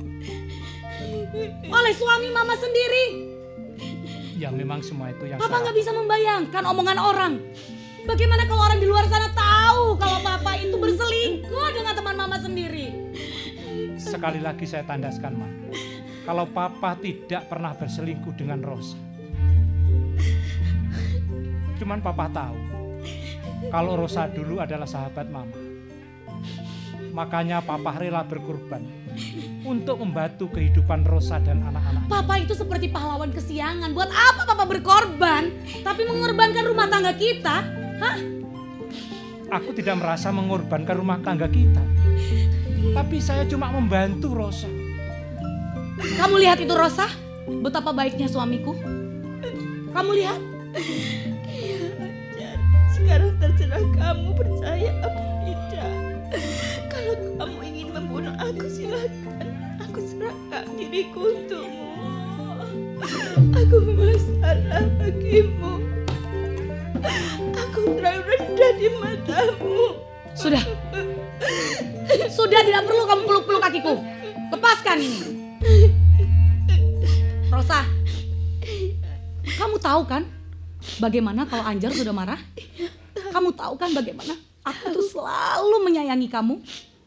S9: Oleh suami Mama sendiri.
S8: Ya memang semua itu yang
S9: Papa
S8: salah.
S9: gak bisa membayangkan omongan orang. Bagaimana kalau orang di luar sana tahu kalau Papa itu berselingkuh dengan teman Mama sendiri?
S8: Sekali lagi saya tandaskan, Ma. Kalau Papa tidak pernah berselingkuh dengan Rosa. Cuman Papa tahu, kalau Rosa dulu adalah sahabat Mama. Makanya Papa rela berkorban untuk membantu kehidupan Rosa dan anak-anak.
S9: Papa itu seperti pahlawan kesiangan. Buat apa Papa berkorban, tapi mengorbankan rumah tangga kita? Hah?
S8: Aku tidak merasa mengorbankan rumah tangga kita. Tapi saya cuma membantu Rosa.
S9: Kamu lihat itu, Rosa? Betapa baiknya suamiku. Kamu lihat?
S4: Iya, Anjar. Sekarang terserah kamu percaya apa tidak. Kalau kamu ingin membunuh aku, silakan. Aku serahkan diriku untukmu. Aku memang salah bagimu. Aku terlalu rendah di matamu.
S9: Sudah. Sudah, tidak perlu kamu peluk-peluk kakiku. Lepaskan ini. Rosa, kamu tahu kan bagaimana kalau Anjar sudah marah? Kamu tahu kan bagaimana aku tuh selalu menyayangi kamu?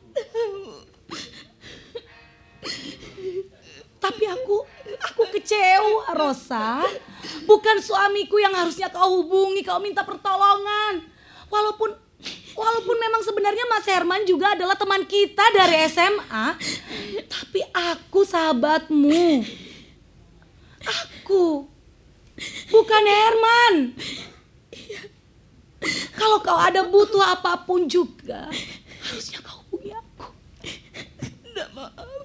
S9: Tapi aku, aku kecewa, Rosa. Bukan suamiku yang harusnya kau hubungi, kau minta pertolongan. Walaupun, walaupun memang sebenarnya Mas Herman juga adalah teman kita dari S M A. Tapi aku sahabatmu. Aku aku, bukan Herman. Kalau kau ada butuh apapun juga, harusnya kau hubungi aku.
S6: Nggak, maaf.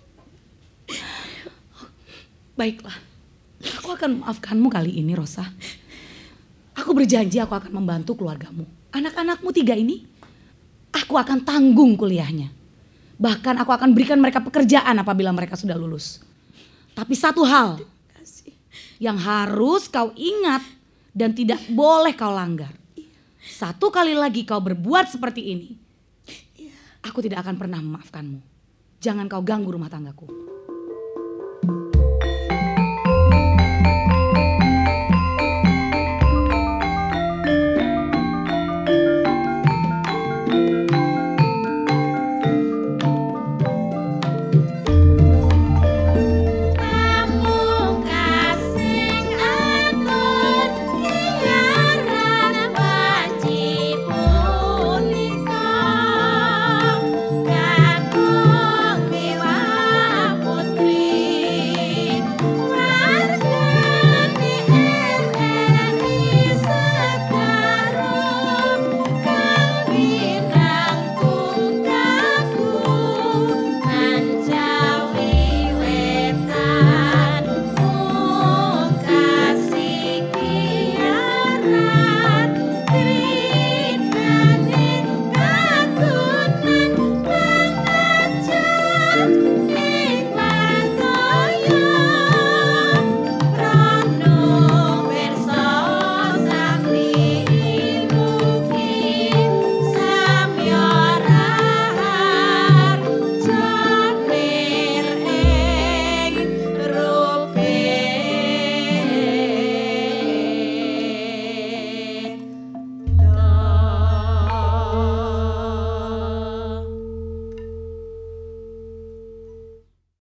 S9: Baiklah, aku akan memaafkanmu kali ini, Rosa. Aku berjanji aku akan membantu keluargamu. Anak-anakmu tiga ini, aku akan tanggung kuliahnya. Bahkan aku akan berikan mereka pekerjaan apabila mereka sudah lulus. Tapi satu hal yang harus kau ingat dan tidak boleh kau langgar. Satu kali lagi kau berbuat seperti ini, aku tidak akan pernah memaafkanmu. Jangan kau ganggu rumah tanggaku.